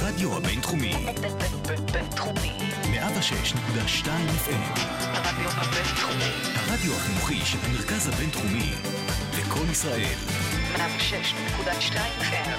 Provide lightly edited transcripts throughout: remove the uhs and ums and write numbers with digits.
הרדיו הבינתחומי. בינתחומי. 106.2 FM. הרדיו הבינתחומי. הרדיו החינוכי של המרכז הבינתחומי. לכל ישראל. 106.2 FM.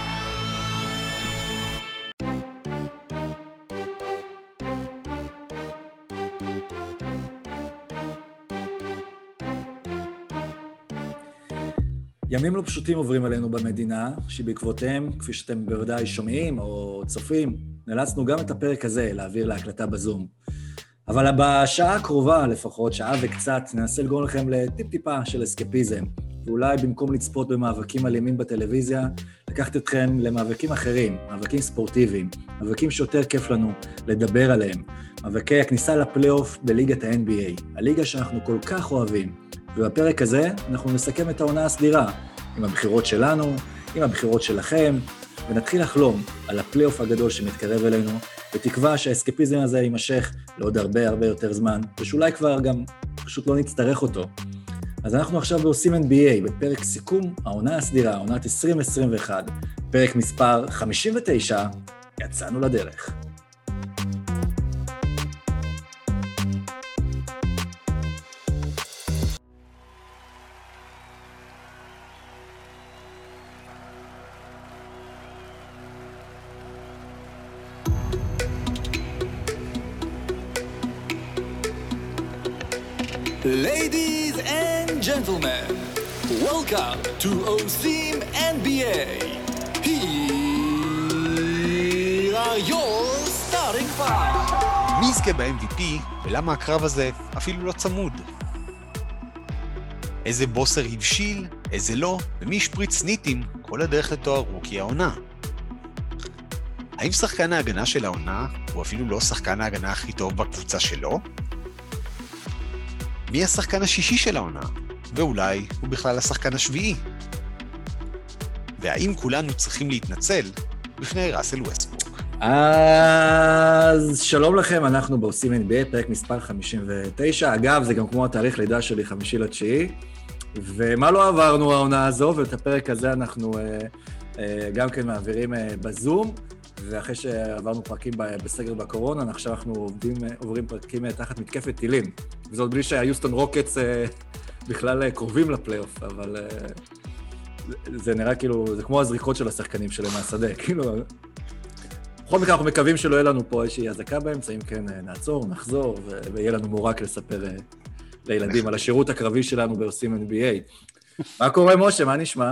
ימים לא פשוטים עוברים עלינו במדינה, שבעקבותיהם, כפי שאתם בוודאי שומעים או צופים, נאלצנו גם את הפרק הזה להעביר להקלטה בזום. אבל בשעה הקרובה, לפחות, שעה וקצת, ננסה לגרום לכם לטיפ-טיפה של אסקפיזם, ואולי במקום לצפות במאבקים אלימים בטלוויזיה, לקחת אתכם למאבקים אחרים, מאבקים ספורטיביים, מאבקים שיותר כיף לנו לדבר עליהם, מאבקי הכניסה לפלייאוף בליגת ה-NBA, הליגה שאנחנו כל כך אוהבים. ובפרק הזה אנחנו נסכם את העונה הסדירה, עם הבחירות שלנו, עם הבחירות שלכם, ונתחיל לחלום על הפלייאוף הגדול שמתקרב אלינו, בתקווה שהאסקפיזם הזה יימשך לעוד הרבה יותר זמן, ושאולי כבר גם פשוט לא נצטרך אותו. אז אנחנו עכשיו עושים NBA, בפרק סיכום העונה הסדירה, עונת 2021, פרק מספר 59, יצאנו לדרך. Ladies and gentlemen, welcome to OSIM NBA. Here are your starting five. מי יזכה ב-MVP ולמה הקרב הזה אפילו לא צמוד? איזה בוסר הבשיל, איזה לא, ומי ישפריץ ניטים כל הדרך לתואר רוקי העונה? האם שחקן ההגנה של העונה הוא אפילו לא שחקן ההגנה הכי טוב בקבוצה שלו? מי השחקן השישי של העונה? ואולי הוא בכלל השחקן השביעי? והאם כולנו צריכים להתנצל בפני ראסל ווסטברוק? אז שלום לכם, אנחנו בעושים NBA, פרק מספר 59. אגב, זה גם כמו התאריך לידה שלי, 5/9. ומה לא עברנו העונה הזו, ואת הפרק הזה אנחנו גם כן מעבירים בזום, ואחרי שעברנו פרקים בסגר בקורונה, עכשיו אנחנו עוברים פרקים תחת מתקפת טילים. וזאת בלי שהיוסטון רוקטס בכלל קרובים לפלייאוף, אבל זה נראה כאילו, זה כמו הזריקות של השחקנים שלהם מהשדה, כאילו. בכל מקרה אנחנו מקווים שלא יהיה לנו פה איזושהי הזקה באמצע, אם כן נעצור, נחזור, ויהיה לנו מורק לספר לילדים על השירות הקרבי שלנו בעושים NBA. מה קורה, משה? מה נשמע?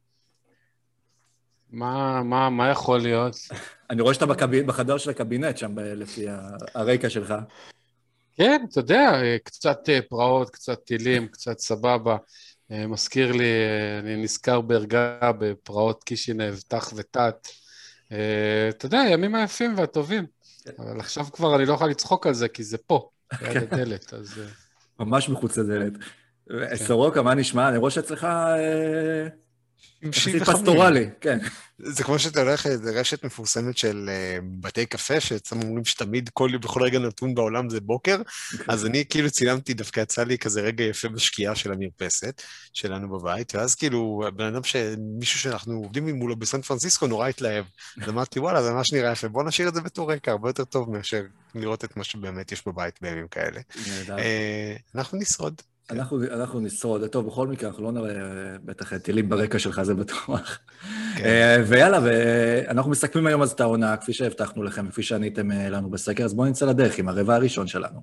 מה יכול להיות? אני רואה שאתה בחדר של הקבינט שם, לפי הרקע שלך. כן, אתה יודע, קצת פרעות, קצת טילים, קצת סבבה. מזכיר לי, אני נזכר בהרגע בפרעות קישינב, תח ותת. אתה יודע, הימים היפים והטובים. אבל עכשיו כבר אני לא יכול לצחוק על זה, כי זה פה, ליד הדלת. ממש מחוץ לדלת. סורוקה, מה נשמע? אני רואה שאצלך יחסית פסטורלי, כן. זה כמו שאתה הולך, זה רשת מפורסמת של בתי קפה, שאצלם אומרים שתמיד בכל רגע נתון בעולם זה בוקר, אז אני כאילו צילמתי, דווקא יצא לי כזה רגע יפה בשקיעה של המרפסת שלנו בבית, ואז כאילו בן אדם מישהו שאנחנו עובדים מולו בסן פרנסיסקו נורא התלהב, אז אמרתי וואלה זה ממש נראה יפה, בוא נשאיר את זה בתור רקע, הרבה יותר טוב מאשר לראות את מה שבאמת יש בבית בימים כאלה. אנחנו נשרוד. אנחנו נשרוד, טוב, בכל מקרה, אנחנו לא נראה בטח טילים ברקע שלך, זה בטוח. ויאללה, ואנחנו מסכמים היום אז את העונה, כפי שהבטחנו לכם, כפי שעניתם לנו בסקר, אז בואו נצא לדרך עם הרבע הראשון שלנו.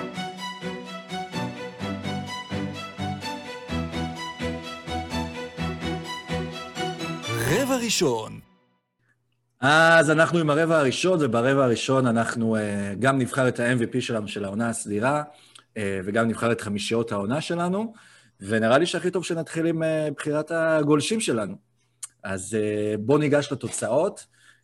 רבע ראשון. אז אנחנו עם הרבע הראשון, וברבע הראשון אנחנו גם נבחר את ה-MVP שלנו, של העונה הסדירה, וגם נבחר את חמישיות העונה שלנו, ונראה לי שהכי טוב שנתחיל עם בחירת הגולשים שלנו. אז בואו ניגש לתוצאות.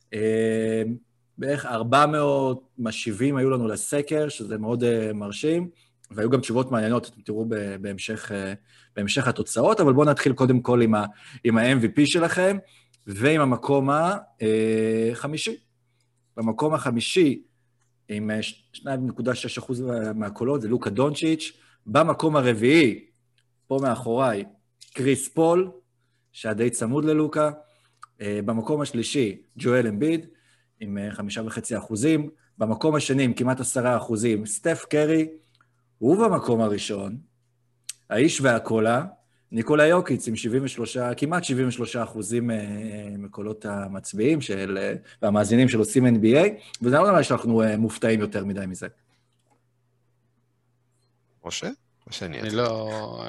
בערך 400 משיבים היו לנו לסקר, שזה מאוד מרשים, והיו גם תשובות מעניינות, אתם תראו בהמשך התוצאות, אבל בואו נתחיל קודם כל עם ה-MVP שלכם, ועם המקום החמישי. במקום החמישי, עם 2.6% מהקולות, זה לוקה דונצ'יץ'. במקום הרביעי, פה מאחוריי, קריס פול, שהיה די צמוד ללוקה. במקום השלישי, ג'ואל אמביד, עם 5.5%. במקום השני, עם כמעט 10%, סטף קרי, הוא במקום הראשון, האיש והקולה, ניקולה יוקיץ עם 73, כמעט 73% מקולות המצביעים והמאזינים של עושים NBA, וזה לא נראה שאנחנו מופתעים יותר מדי מזה. משה? מה שאני אני לא...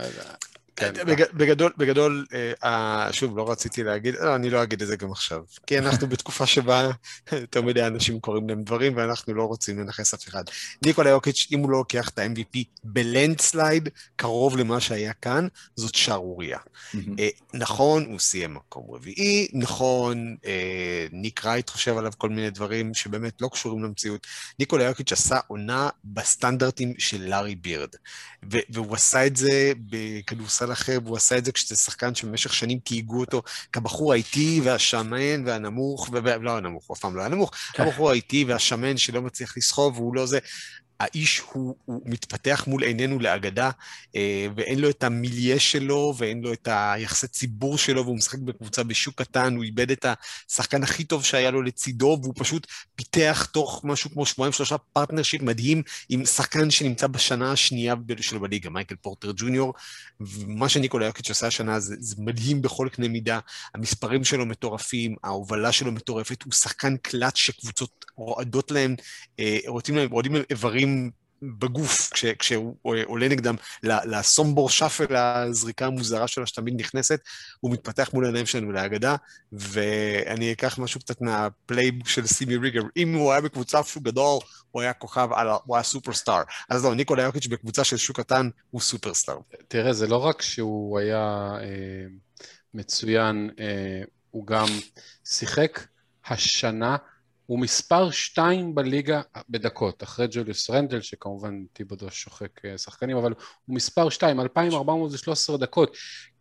בגדול, שוב, לא רציתי להגיד, אני לא אגיד את זה גם עכשיו, כי אנחנו בתקופה שבה יותר מדי אנשים קוראים להם דברים, ואנחנו לא רוצים לנחס אף אחד. ניקולה יוקיץ', אם הוא לא לוקח את ה-MVP בלנדסלייד, קרוב למה שהיה כאן, זאת שערוריה. נכון, הוא סיים מקום רביעי, נכון, ניק רייט חושב עליו כל מיני דברים שבאמת לא קשורים למציאות. ניקולה יוקיץ' עשה עונה בסטנדרטים של לארי בירד, והוא עשה את זה בכדורסל אחר, והוא עשה את זה כשזה שחקן שבמשך שנים תהיגו אותו כבחור האיטי והשמן והנמוך, לא הנמוך, אף פעם לא היה נמוך, הבחור האיטי והשמן שלא מצליח לסחוב, והוא לא זה, האיש הוא מתפתח מול עינינו לאגדה, ואין לו את המיליה שלו, ואין לו את היחסי ציבור שלו, והוא משחק בקבוצה בשוק קטן, הוא איבד את השחקן הכי טוב שהיה לו לצידו, והוא פשוט פיתח תוך משהו כמו 2-3 פרטנרשיפ מדהים, עם שחקן שנמצא בשנה השנייה שלו בליגה, מייקל פורטר ג'וניור, ומה שניקולה יוקיץ' עושה השנה, זה מדהים בכל קנה מידה, המספרים שלו מטורפים, ההובלה שלו מטורפת, הוא שחקן קלט שקבוצות רועדות להם, רודים להם איברים בגוף, כשהוא עולה נגדם לסומבור שפל, הזריקה המוזרה שלו שתמיד נכנסת, הוא מתפתח מול העיניים שלנו להגדה, ואני אקח משהו קצת מהפלייבוק של סימי ריגר, אם הוא היה בקבוצה שהוא גדול, הוא היה כוכב, הוא היה סופרסטאר. אז לא, ניקולה יוקיץ' בקבוצה של שוק קטן, הוא סופרסטאר. תראה, זה לא רק שהוא היה מצוין, הוא גם שיחק השנה, הוא מספר 2 בליגה בדקות, אחרי ג'וליוס רנדל, שכמובן טיבודו שוחק שחקנים, אבל הוא מספר 2, 2,413 דקות,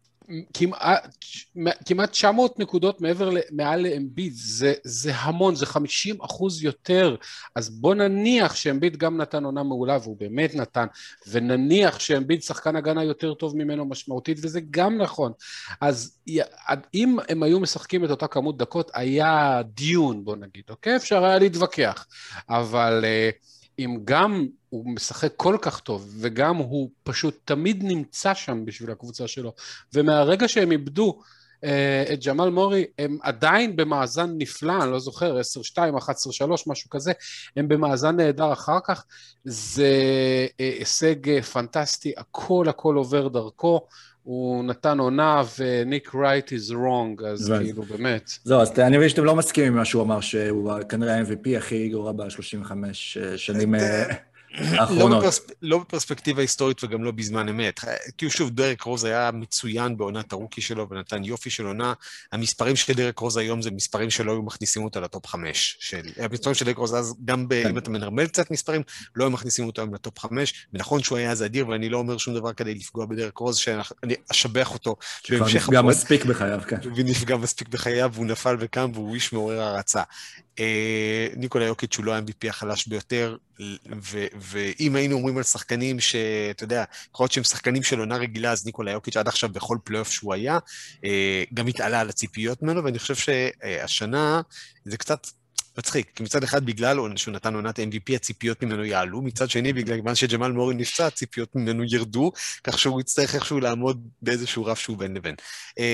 כמעט 900 נקודות מעל לאמביד, זה המון, זה 50% יותר, אז בוא נניח שאמביד גם נתן עונה מעולה, והוא באמת נתן, ונניח שאמביד שחקן הגנה יותר טוב ממנו משמעותית, וזה גם נכון, אז אם הם היו משחקים את אותה כמות דקות, היה דיון, בוא נגיד, אוקיי? אפשר היה להתווכח, אבל אם גם הוא משחק כל כך טוב, וגם הוא פשוט תמיד נמצא שם בשביל הקבוצה שלו, ומהרגע שהם איבדו את ג'מאל מורי, הם עדיין במאזן נפלא, אני לא זוכר, 10-2, 11-3, משהו כזה, הם במאזן נהדר אחר כך, זה הישג פנטסטי, הכל עובר דרכו, הוא נתן עונה, וניק רייט is wrong, אז כאילו באמת. זהו, אז אני מבין שאתם לא מסכימים עם מה שהוא אמר, שהוא כנראה ה-MVP הכי גרוע ב-35 שנים האחרונות. לא בפרספקטיבה היסטורית וגם לא בזמן אמת. כי שוב, דרק רוז היה מצוין בעונת הרוקי שלו, ונתן יופי של עונה. המספרים של דרק רוז היום זה מספרים שלא היו מכניסים אותה לטופ 5. המספרים של דרק רוז אז, גם אם אתה מנרמל קצת מספרים, לא היו מכניסים אותה היום לטופ 5. ונכון שהוא היה אז אדיר, ואני לא אומר שום דבר כדי לפגוע בדרק רוז, שאני אשבח אותו בהמשך נפגע מספיק בחייו, כן. ונפגע מספיק בחייו, והוא נפל וקם, והוא איש מעורר הרצה. ניקולה יוקיץ' הוא לא ה-MVP החלש ביותר, ואם היינו אומרים על שחקנים שאתה יודע, יכול להיות שהם שחקנים של עונה רגילה, אז ניקולה יוקיץ' עד עכשיו בכל פלייאוף שהוא היה, גם התעלה על הציפיות ממנו, ואני חושב שהשנה זה קצת מצחיק, כי מצד אחד בגלל שהוא נתן עונת MVP, הציפיות ממנו יעלו, מצד שני בגלל שג'מאל מורי נפצע, הציפיות ממנו ירדו, כך שהוא יצטרך איכשהו לעמוד באיזשהו רף שהוא בין לבין.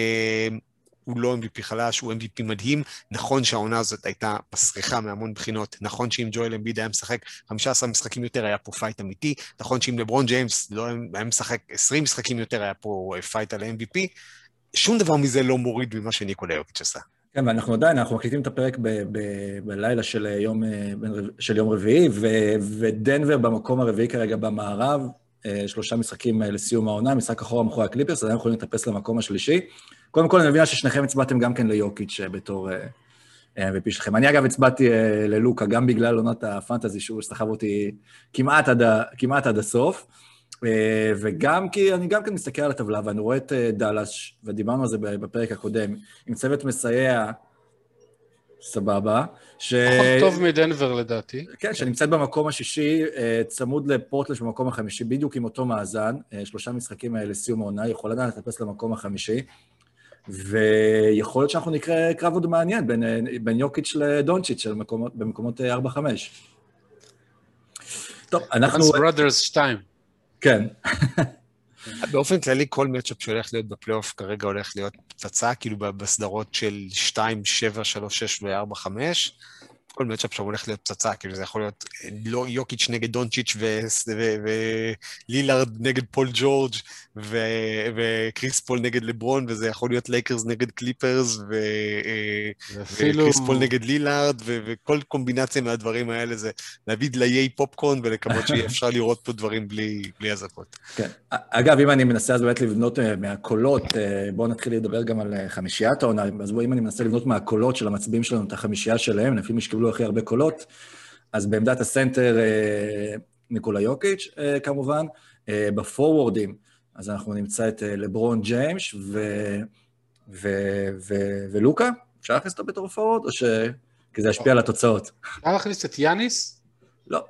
הוא לא MVP חלש, הוא MVP מדהים, נכון שהעונה הזאת הייתה פסריחה מהמון בחינות, נכון שאם ג'ואל אמביד היה משחק 15 משחקים יותר, היה פה פייט אמיתי, נכון שאם לברון ג'יימס לא היה משחק 20 משחקים יותר, היה פה פייט על MVP, שום דבר מזה לא מוריד ממה שניקולה יוקיץ' עשה. כן, ואנחנו עדיין, אנחנו מקליטים את הפרק בלילה של יום רביעי, ודנבר במקום הרביעי כרגע במערב, 3 משחקים לסיום העונה, משחק אחורה מאחורי הקליפרס, עדיין יכולים לטפס למקום השלישי. קודם כל, אני מבינה ששניכם הצבעתם גם כן ליוקיץ' בתור MVP שלכם. אני אגב הצבעתי ללוקה, גם בגלל עונת הפנטזי, שהוא סחב אותי כמעט עד הסוף, וגם כי אני גם כן מסתכל על הטבלה, ואני רואה את דלס, ודיברנו על זה בפרק הקודם, עם צוות מסייע, סבבה. פחות טוב מדנבר לדעתי. כן, שנמצאת במקום השישי, צמוד לפורטלנד במקום החמישי, בדיוק עם אותו מאזן, 3 משחקים לסיום העונה, יכולה עדיין לטפס למקום החמישי, ויכול להיות שאנחנו נקרא קרב עוד מעניין בין יוקיץ' לדונצ'יץ' במקומות 4-5. טוב, אנחנו... בראדרס 2. כן. באופן כללי, כל מצ'אפ שהולך להיות בפלייאוף כרגע הולך להיות פצצה, כאילו בסדרות של 2, 7, 3, 6 ו-4, 5, כל מצ'אפ שם הולך להיות פצצה, כאילו זה יכול להיות לא יוקיץ' נגד דונצ'יץ' ולילארד נגד פול ג'ורג' וקריס פול נגד לברון, וזה יכול להיות לייקרס נגד קליפרס, וקריס פול נגד לילארד, וכל קומבינציה מהדברים האלה זה להביא דליי פופקורן, ולקוות שיהיה אפשר לראות פה דברים בלי הזקות. כן. אגב, אם אני מנסה אז באמת לבנות מהקולות, בואו נתחיל לדבר גם על חמישיית העונה, אז אם אני מנסה לבנות מהקולות של המצביעים שלנו את החמישייה שלהם, לפי מי שקיבלו הכי הרבה קולות, אז בעמדת הסנטר ניקולה יוקיץ' כמובן, בפורורדים, אז אנחנו נמצא את לברון ג'יימס ולוקה, אפשר להכניס אותו בתור פורוורד, או כי זה ישפיע על התוצאות? אפשר להכניס את יאניס? לא.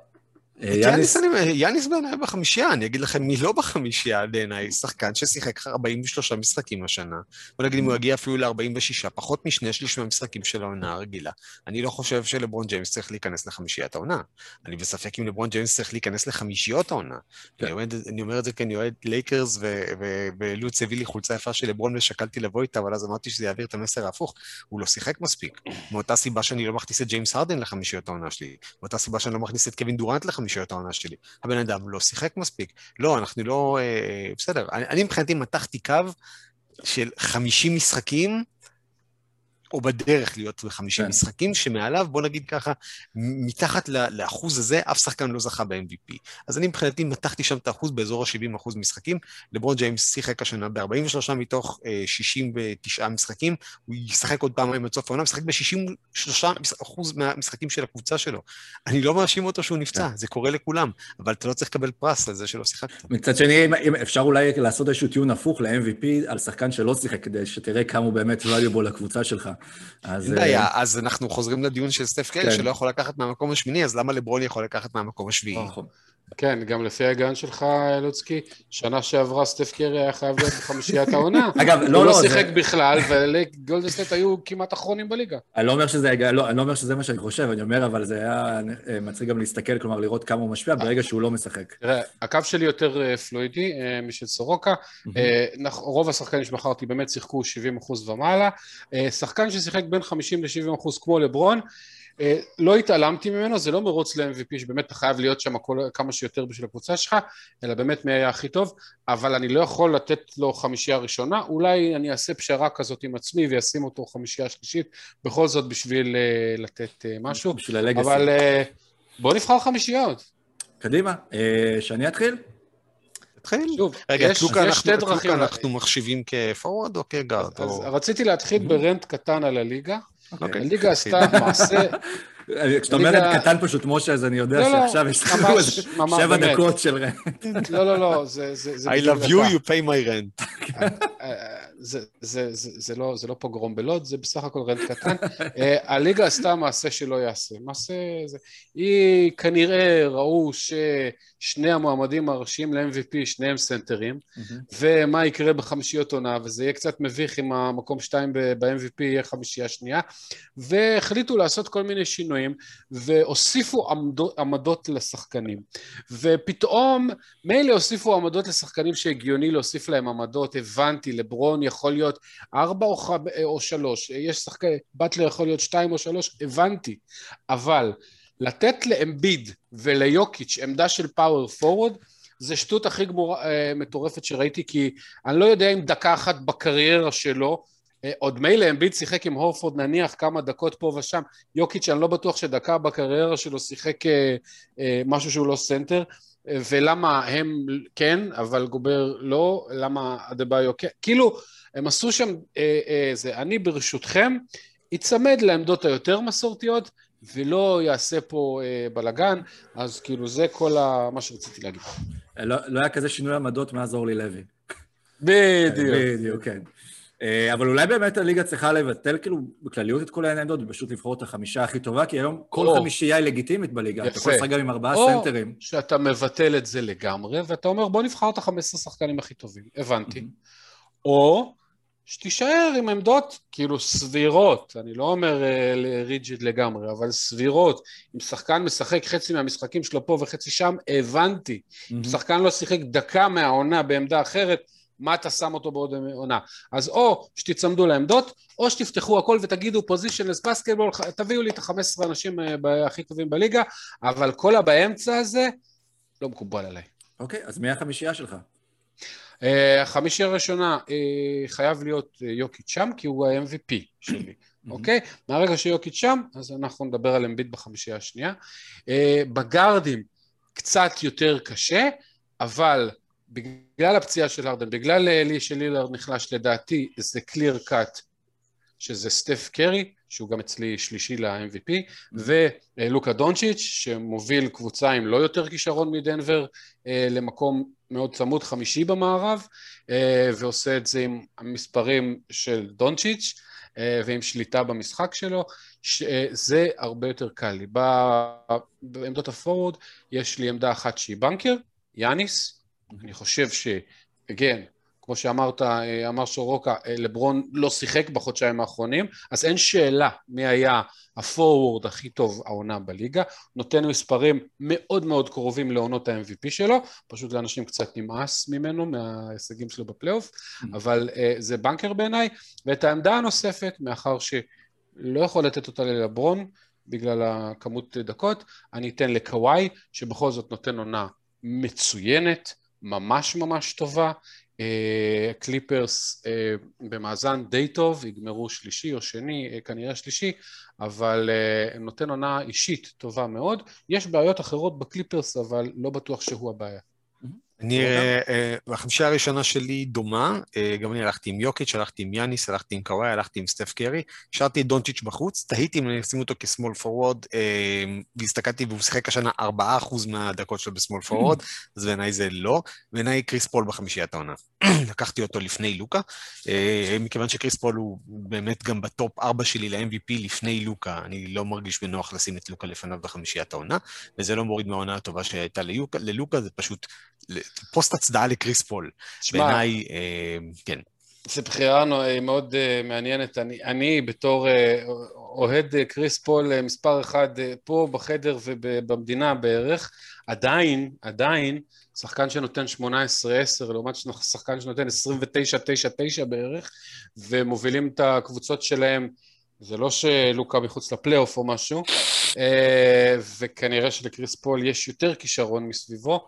יאניס בעיניי בחמישייה, אני אגיד לכם מי לא בחמישייה בעיניי, שחקן ששיחק 43 משחקים השנה, בוא נגיד אם הוא יגיע אפילו ל-46, פחות משני שליש מהמשחקים של העונה הרגילה. אני לא חושב שלברון ג'יימס צריך להיכנס לחמישיית העונה, אני בספק אם לברון ג'יימס צריך להיכנס לחמישיות העונה. אני אומר את זה כי אני אוהד לייקרס, ולוץ הביא לי חולצה יפה של לברון ושקלתי לבוא איתה, אבל אז אמרתי שזה יעביר את המסר ההפוך, הוא לא שיחק מספיק. מאותה סיבה שאני לא מכניס את ג'יימס הרדן לחמישיות העונה שלי, מאותה סיבה שאני לא מכניס את קווין דורנט לחמישיות העונה שלי. הבן אדם לא שיחק מספיק. לא, אנחנו לא... בסדר. אני מבחינתי מתחתי קו של 50 משחקים, או בדרך להיות ב50 משחקים, שמעליו, בוא נגיד ככה, מתחת לאחוז הזה, אף שחקן לא זכה ב-MVP. אז אני מבחינתי מתחתי שם את האחוז באזור ה-70% משחקים. לברון ג'יימס שיחק השנה ב-43 מתוך 69 משחקים, הוא ישחק עוד פעמיים עד סוף העונה, משחק ב-63% מהמשחקים של הקבוצה שלו. אני לא מאשים אותו שהוא נפצע, זה קורה לכולם, אבל אתה לא צריך לקבל פרס לזה שלא שיחקת. מצד שני, אפשר אולי לעשות איזשהו טיעון הפוך ל-MVP על שחקן שלא שיחק, כדי שתראה כמה הוא באמת valuable לקבוצה שלך. אז אנחנו חוזרים לדיון של סטף קרי, שלא יכול לקחת מהמקום השמיני, אז למה לברון יכול לקחת מהמקום השביעי? כן, גם לפי ההגן שלך, לוצקי, שנה שעברה סטף קרי היה חייב להיות בחמישיית העונה. אגב, הוא לא שיחק בכלל, וגולדן סטייט היו כמעט אחרונים בליגה. אני לא אומר שזה מה שאני חושב, אני אומר, אבל זה היה מצחיק גם להסתכל, כלומר לראות כמה הוא משפיע ברגע שהוא לא משחק. תראה, הקו שלי יותר פלואידי, משל סורוקה, רוב השחקנים שמכרתי באמת שיחקו 70% ומעלה, שחקן ששיחק בין 50 ל-70% כמו לברון, לא התעלמתי ממנו, זה לא מרוץ ל-MVP שבאמת אתה חייב להיות שם כמה שיותר בשביל הקבוצה שלך, אלא באמת מי היה הכי טוב, אבל אני לא יכול לתת לו חמישייה ראשונה, אולי אני אעשה פשרה כזאת עם עצמי וישים אותו חמישייה שלישית, בכל זאת בשביל לתת משהו, בשביל הלגסי. אבל בוא נבחר חמישיות. קדימה, שאני אתחיל? תתחיל. שוב, רגע, יש שתי דרכים. אנחנו מחשיבים כפורוורד או כגארד? אז רציתי להתחיל ברנט קטן על הליגה, הליגה עשתה מעשה... כשאתה אומר את קטן פשוט, משה, אז אני יודע שעכשיו יש לנו 7 דקות של רנט. לא, I love you, you pay my rent. זה לא פוגרום בלוד, זה בסך הכל רנט קטן. הליגה עשתה מעשה שלא יעשה. מעשה זה... היא כנראה ראו ששני המועמדים הראשיים ל-MVP, שניהם סנטרים, ומה יקרה בחמישיות עונה, וזה יהיה קצת מביך אם המקום 2 ב-MVP יהיה חמישייה שנייה, והחליטו לעשות כל מיני שינויים, והוסיפו עמדות לשחקנים. ופתאום, מילא הוסיפו עמדות לשחקנים שהגיוני להוסיף להם עמדות, הבנתי, לברון יכול להיות 4 או 3, יש שחקן, בטלר יכול להיות 2 או 3, הבנתי, אבל לתת לאמביד וליוקיץ' עמדה של פאוור פורוורד, זה שטות הכי מטורפת שראיתי, כי אני לא יודע אם דקה אחת בקריירה שלו, עוד מילא אמביד שיחק עם הורפורד נניח כמה דקות פה ושם, יוקיץ' אני לא בטוח שדקה בקריירה שלו שיחק משהו שהוא לא סנטר, ולמה הם כן, אבל גובר לא, למה אדבאיו כן, כאילו הם עשו שם, אני ברשותכם, יצמד לעמדות היותר מסורתיות, ולא יעשה פה בלגן, אז כאילו זה כל מה שרציתי להגיד. לא היה כזה שינוי עמדות מאז אורלי לוי. בדיוק, כן. אבל אולי באמת הליגה צריכה לבטל כאילו בכלליות את כל העמדות, ופשוט לבחור את החמישה הכי טובה, כי היום כל חמישייה היא לגיטימית בליגה, אתה יכול לשחק גם עם 4 סנטרים. או שאתה מבטל את זה לגמרי, ואתה אומר בוא נבחר את ה-15 שחקנים הכי טובים, הבנתי. או שתישאר עם עמדות כאילו סבירות, אני לא אומר ריג'יד לגמרי, אבל סבירות. אם שחקן משחק חצי מהמשחקים שלו פה וחצי שם, הבנתי. אם שחקן לא שיחק דקה מהעונה בעמדה אחרת, מה אתה שם אותו בעוד עונה? אז או שתצמדו לעמדות, או שתפתחו הכל ותגידו פוזישנלס בסקטבול, תביאו לי את ה-15 אנשים הכי טובים בליגה, אבל כל הבאמצע הזה לא מקובל עליי. אוקיי, אז מי החמישייה שלך? החמישייה הראשונה חייב להיות יוקיץ' שם, כי הוא ה-MVP שלי, אוקיי? מהרגע שיוקיץ' שם, אז אנחנו נדבר על אמביד בחמישייה השנייה. בגארדים קצת יותר קשה, אבל בגלל הפציעה של הרדן, בגלל שלילארד נחלש לדעתי, זה קליר קאט, שזה סטף קרי, שהוא גם אצלי שלישי ל-MVP, ולוקה דונצ'יץ', שמוביל קבוצה עם לא יותר כישרון מדנבר, למקום מאוד צמוד חמישי במערב, ועושה את זה עם המספרים של דונצ'יץ', ועם שליטה במשחק שלו, זה הרבה יותר קל לי. בעמדות הפורוורד, יש לי עמדה אחת שהיא בנקר, יאניס, אני חושב שגן, כמו שאמרת, אמר שורוקה, לברון לא שיחק בחודשיים האחרונים, אז אין שאלה מי היה הפורוורד הכי טוב העונה בליגה, נותן מספרים מאוד מאוד קרובים לעונות ה-MVP שלו, פשוט לאנשים קצת נמאס ממנו, מההישגים שלו בפלייאוף, אבל זה בנקר בעיניי, ואת העמדה הנוספת, מאחר שלא יכול לתת אותה ללברון, בגלל הכמות דקות, אני אתן לקוואי, שבכל זאת נותן עונה מצוינת, ממש ממש טובה, קליפרס במאזן די טוב, יגמרו שלישי או שני, כנראה שלישי, אבל הם נותן עונה אישית טובה מאוד. יש בעיות אחרות בקליפרס, אבל לא בטוח שהוא הבעיה. החמישייה הראשונה שלי דומה, גם אני הלכתי עם יוקיץ', הלכתי עם יאניס, הלכתי עם קוואי, הלכתי עם סטף קרי, השארתי את דונצ'יץ' בחוץ, תהיתי אם אני אשים אותו כסמול פורוורד, והסתכלתי והוא שיחק השנה 4% מהדקות שלו בסמול פורוורד, אז בעיניי זה לא, בעיניי קריס פול בחמישיית העונה. לקחתי אותו לפני לוקה, מכיוון שקריס פול הוא באמת גם בטופ 4 שלי ל-MVP לפני לוקה, אני לא מרגיש בנוח לשים את לוקה לפניו בחמישיית העונה, וזה לא מוריד מהעונה הטובה שהייתה ללוקה, זה פשוט פוסט הצדעה לקריס פול. בעיניי, כן. זו בחירה מאוד מעניינת. אני בתור אוהד קריס פול מספר אחד פה בחדר ובמדינה בערך, עדיין, שחקן שנותן 18-10, לעומת שחקן שנותן 29-9 בערך, ומובילים את הקבוצות שלהם, זה לא שלוקה מחוץ לפלייאוף או משהו, וכנראה שלקריס פול יש יותר כישרון מסביבו,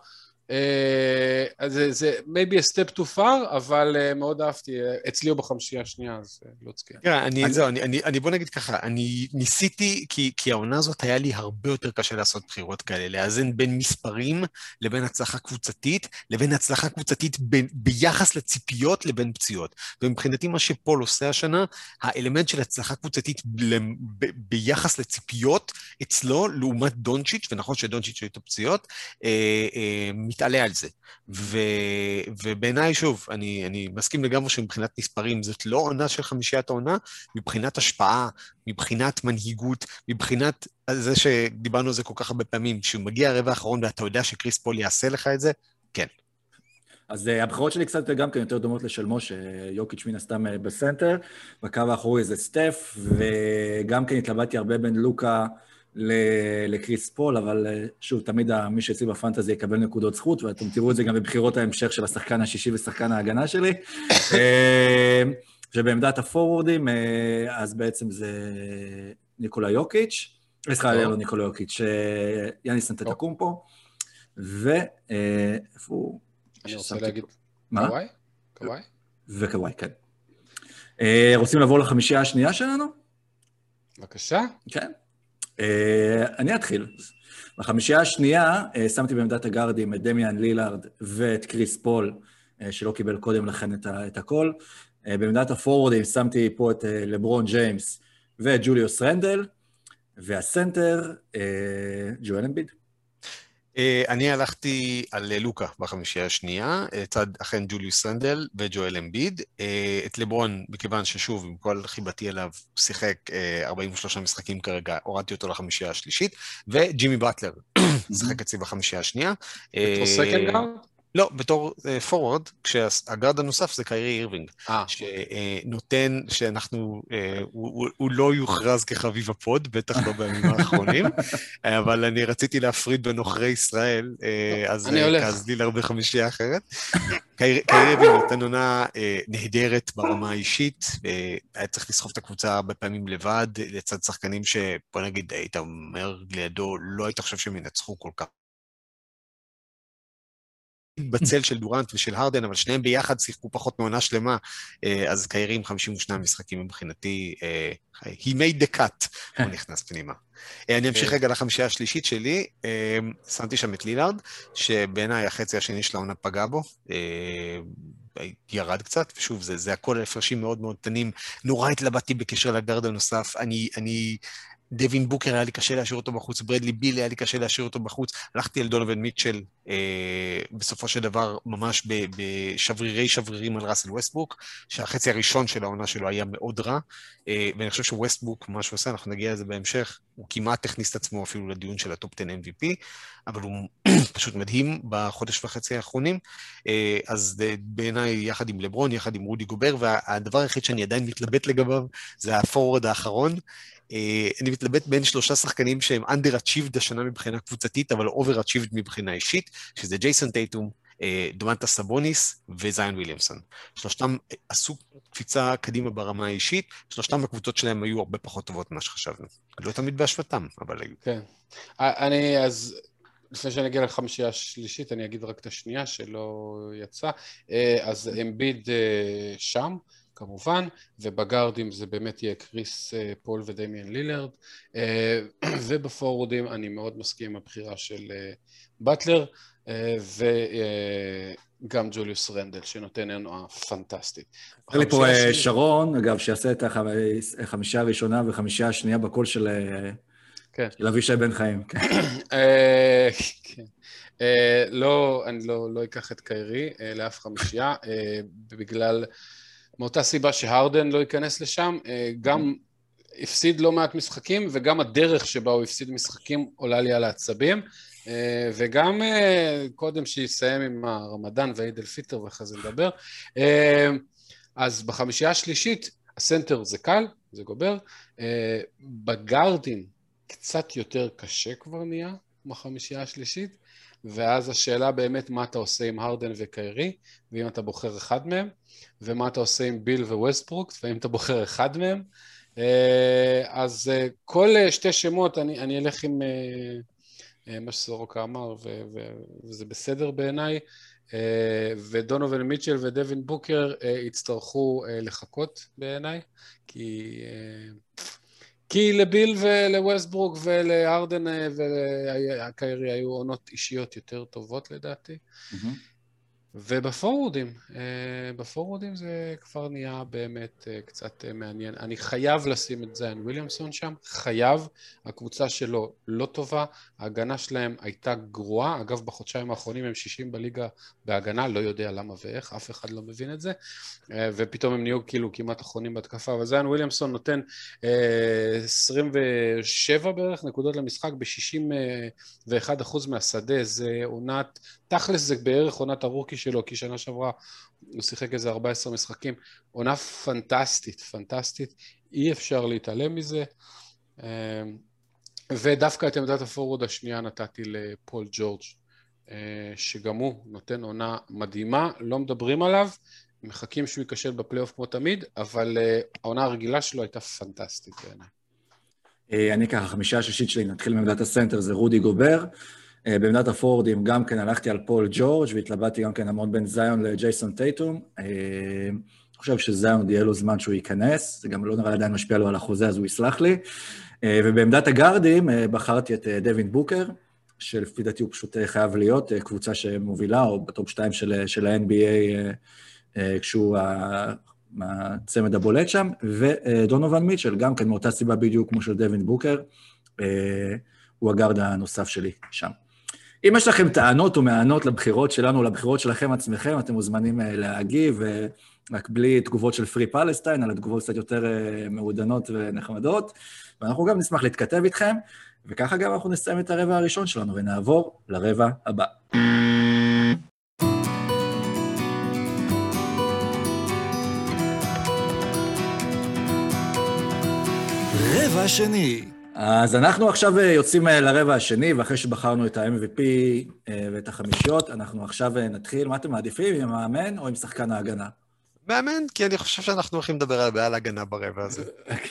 אז זה maybe a step too far, אבל מאוד אהבתי, אצלי הוא בחמישייה השנייה, אז לא צקיע. אני בוא נגיד ככה, אני ניסיתי, כי העונה הזאת היה לי הרבה יותר קשה לעשות בחירות כאלה, לאזן בין מספרים לבין הצלחה קבוצתית, לבין הצלחה קבוצתית ביחס לציפיות לבין פציעות. ומבחינתי מה שפול עושה השנה, האלמנט של הצלחה קבוצתית ביחס לציפיות אצלו, לעומת דונצ'יץ', ונכון שדונצ'יץ' היו את הפציעות, מתעלה על זה, ובעיניי שוב, אני מסכים לגמרי שמבחינת מספרים, זאת לא עונה של חמישיית העונה, מבחינת השפעה, מבחינת מנהיגות, מבחינת זה שדיברנו על זה כל כך הרבה פעמים, שהוא מגיע הרבע האחרון ואתה יודע שקריס פול יעשה לך את זה, כן. אז הבחירות שלי קצת גם כן יותר דומות לשלמו, שיוקיץ' מן הסתם בסנטר, בקו האחורי זה סטף, וגם כן התלבטתי הרבה בין לוקה, לקריס פול, אבל שוב, תמיד מי שאצלי בפנטזי יקבל נקודות זכות, ואתם תראו את זה גם בבחירות ההמשך של השחקן השישי ושחקן ההגנה שלי. ובעמדת הפורורדים, אז בעצם זה ניקולה יוקיץ', לא ניקולה יוקיץ', יאניס אנטטוקומפו, ואיפה הוא? אני רוצה להגיד, קוואי? וקוואי, כן. רוצים לעבור לחמישייה השנייה שלנו? בבקשה. כן. אני אתחיל. בחמישייה השנייה שמתי בעמדת הגארדים את דמיאן לילארד ואת קריס פול, שלא קיבל קודם לכן את הכל. בעמדת הפורורדים שמתי פה את לברון ג'יימס ואת ג'וליוס רנדל, והסנטר, ג'ואל אמביד. אני הלכתי על לוקה בחמישייה השנייה, צד אכן ג'וליוס רנדל וג'ואל אמביד, את לברון, מכיוון ששוב, עם כל חיבתי אליו, שיחק 43 משחקים כרגע, הורדתי אותו לחמישייה השלישית, וג'ימי באטלר, שיחק אצלי בחמישייה השנייה. בתור סקנד גארד? לא, בתור פורוורד, כשהגארד הנוסף זה קיירי אירווינג, שנותן שאנחנו, הוא לא יוכרז כחביב הפוד, בטח לא בימים האחרונים, אבל אני רציתי להפריד בין עוכרי ישראל, אז לי להרבה חמישייה אחרת. קיירי אירווינג נותן עונה נהדרת ברמה האישית, היה צריך לסחוב את הקבוצה הרבה פעמים לבד, לצד שחקנים שבוא נגיד, היית אומר לידו, לא היית חושב שהם ינצחו כל כך. בצל של דורנט ושל הרדן, אבל שניהם ביחד שיחקו פחות מעונה שלמה, אז קיירי עם 52 משחקים מבחינתי, he made the cut, הוא נכנס פנימה. אני אמשיך רגע לחמישייה השלישית שלי, שמתי שם את לילארד, שבעיניי החצי השני של העונה פגע בו, ירד קצת, ושוב, זה הכל הפרשים מאוד מאוד קטנים, נורא התלבטתי בקשר לגארד הנוסף, דווין בוקר היה לי קשה להשאיר אותו בחוץ, ברדלי ביל היה לי קשה להשאיר אותו בחוץ, הלכתי על דונובין מיטשל, בסופו של דבר ממש שברירים על ראסל ווסטברוק, שהחצי הראשון של העונה שלו היה מאוד רע, ואני חושב שווסטברוק, מה שהוא עושה, אנחנו נגיע לזה בהמשך, הוא כמעט הכניס את עצמו אפילו לדיון של הטופ 10 MVP, אבל הוא פשוט מדהים בחודש וחצי האחרונים, אז בעיניי יחד עם לברון, יחד עם רודי גובר, והדבר היחיד שאני עדיין מתלבט לגביו, זה הפורוורד האחרון, אני מתלבט בין 3 שחקנים שהם under-achieved השנה מבחינה קבוצתית, אבל over-achieved מבחינה אישית, שזה ג'ייסון טייטום, דומנטה סבוניס וזיין וויליאמסון. שלושתם עשו קפיצה קדימה ברמה האישית, שלושתם הקבוצות שלהם היו הרבה פחות טובות ממה שחשבנו. לא תמיד בהשוואתם, אבל היו. כן. אז לפני שאני אגיע לחמישייה השלישית, אני אגיד רק את השנייה שלא יצא. אז אמביד שם, כמובן, ובגארדים זה באמת יהיה קריס פול ודמיאן לילארד, ובפורורדים אני מאוד מסכים עם הבחירה של באטלר, וגם ג'וליוס רנדל, שנותן עונה פנטסטית. היה לי פה שרון, אגב, שיעשה את החמישייה הראשונה והחמישייה השנייה בקול של אבישי בן חיים. לא, אני לא אקח את קיירי לאף חמישייה, בגלל מאותה סיבה שהרדן לא ייכנס לשם, גם הפסיד לא מעט משחקים, וגם הדרך שבה הוא הפסיד משחקים עולה לי על העצבים, וגם קודם שיסיים עם הרמדאן ועיד אל פיטר ואחרי זה נדבר. אז בחמישייה השלישית, הסנטר זה קל, זה גובר, בגארדים קצת יותר קשה כבר נהיה, בחמישייה השלישית, ואז השאלה באמת מה אתה עושה עם הרדן וקיירי, ואם אתה בוחר אחד מהם, ומה אתה עושה עם ביל וווסטברוק, ואם אתה בוחר אחד מהם. אז כל 2 שמות אני אלך עם מה שסורוקה אמר, וזה בסדר בעיניי, ודונובין מיטשל ודווין בוקר יצטרכו לחכות בעיניי, כי לביל ולווסטברוק ולהרדן ולקיירי היו עונות אישיות יותר טובות לדעתי. ובפורורדים זה כבר נהיה באמת קצת מעניין. אני חייב לשים את זיין וויליאמסון שם, חייב, הקבוצה שלו לא טובה, ההגנה שלהם הייתה גרועה, אגב בחודשיים האחרונים הם 60 בליגה בהגנה, לא יודע למה ואיך, אף אחד לא מבין את זה, ופתאום הם נהיו כאילו כמעט אחרונים בהתקפה, אבל זיין וויליאמסון נותן 27 בערך נקודות למשחק ב-61% מהשדה, זה עונת, תכלס זה בערך עונת הרוקי שלו, כי שנה שעברה הוא שיחק איזה 14 משחקים, עונה פנטסטית, אי אפשר להתעלם מזה, ודווקא את עמדת הפורוורד השנייה נתתי לפול ג'ורג', שגם הוא נותן עונה מדהימה, לא מדברים עליו, מחכים שהוא ייכשל בפלייאוף כמו תמיד, אבל העונה הרגילה שלו הייתה פנטסטית בעיניי. אני ככה, החמישייה השלישית שלי, נתחיל מעמדת הסנטר, זה רודי גובר, בעמדת הפורורדים גם כן הלכתי על פול ג'ורג' והתלבטתי גם כן המון בין זיון לג'ייסון טייטום. אני חושב שזיון יהיה לו זמן שהוא ייכנס, זה גם לא נראה עדיין משפיע לו על החוזה, אז הוא יסלח לי. ובעמדת הגארדים בחרתי את דווין בוקר, שלפי דעתי הוא פשוט חייב להיות קבוצה שמובילה, או בטופ 2 של ה-NBA, כשהוא הצמד הבולט שם, ודונובין מיטשל, גם כן מאותה סיבה בדיוק כמו של דווין בוקר, הוא הגארד הנוסף שלי שם. אם יש לכם טענות או מענות לבחירות שלנו, לבחירות שלכם עצמכם, אתם מוזמנים להגיב, רק בלי תגובות של פרי פלסטיין, אלא תגובות קצת יותר מעודנות ונחמדות, ואנחנו גם נשמח להתכתב איתכם, וככה גם אנחנו נסיים את הרבע הראשון שלנו, ונעבור לרבע הבא. רבע שני. אז אנחנו עכשיו יוצאים לרבע השני, ואחרי שבחרנו את ה-MVP ואת החמישיות, אנחנו עכשיו נתחיל, מה אתם מעדיפים, עם המאמן או עם שחקן ההגנה? מאמן, כי אני חושב שאנחנו הולכים לדבר על בעיה להגנה ברבע הזה.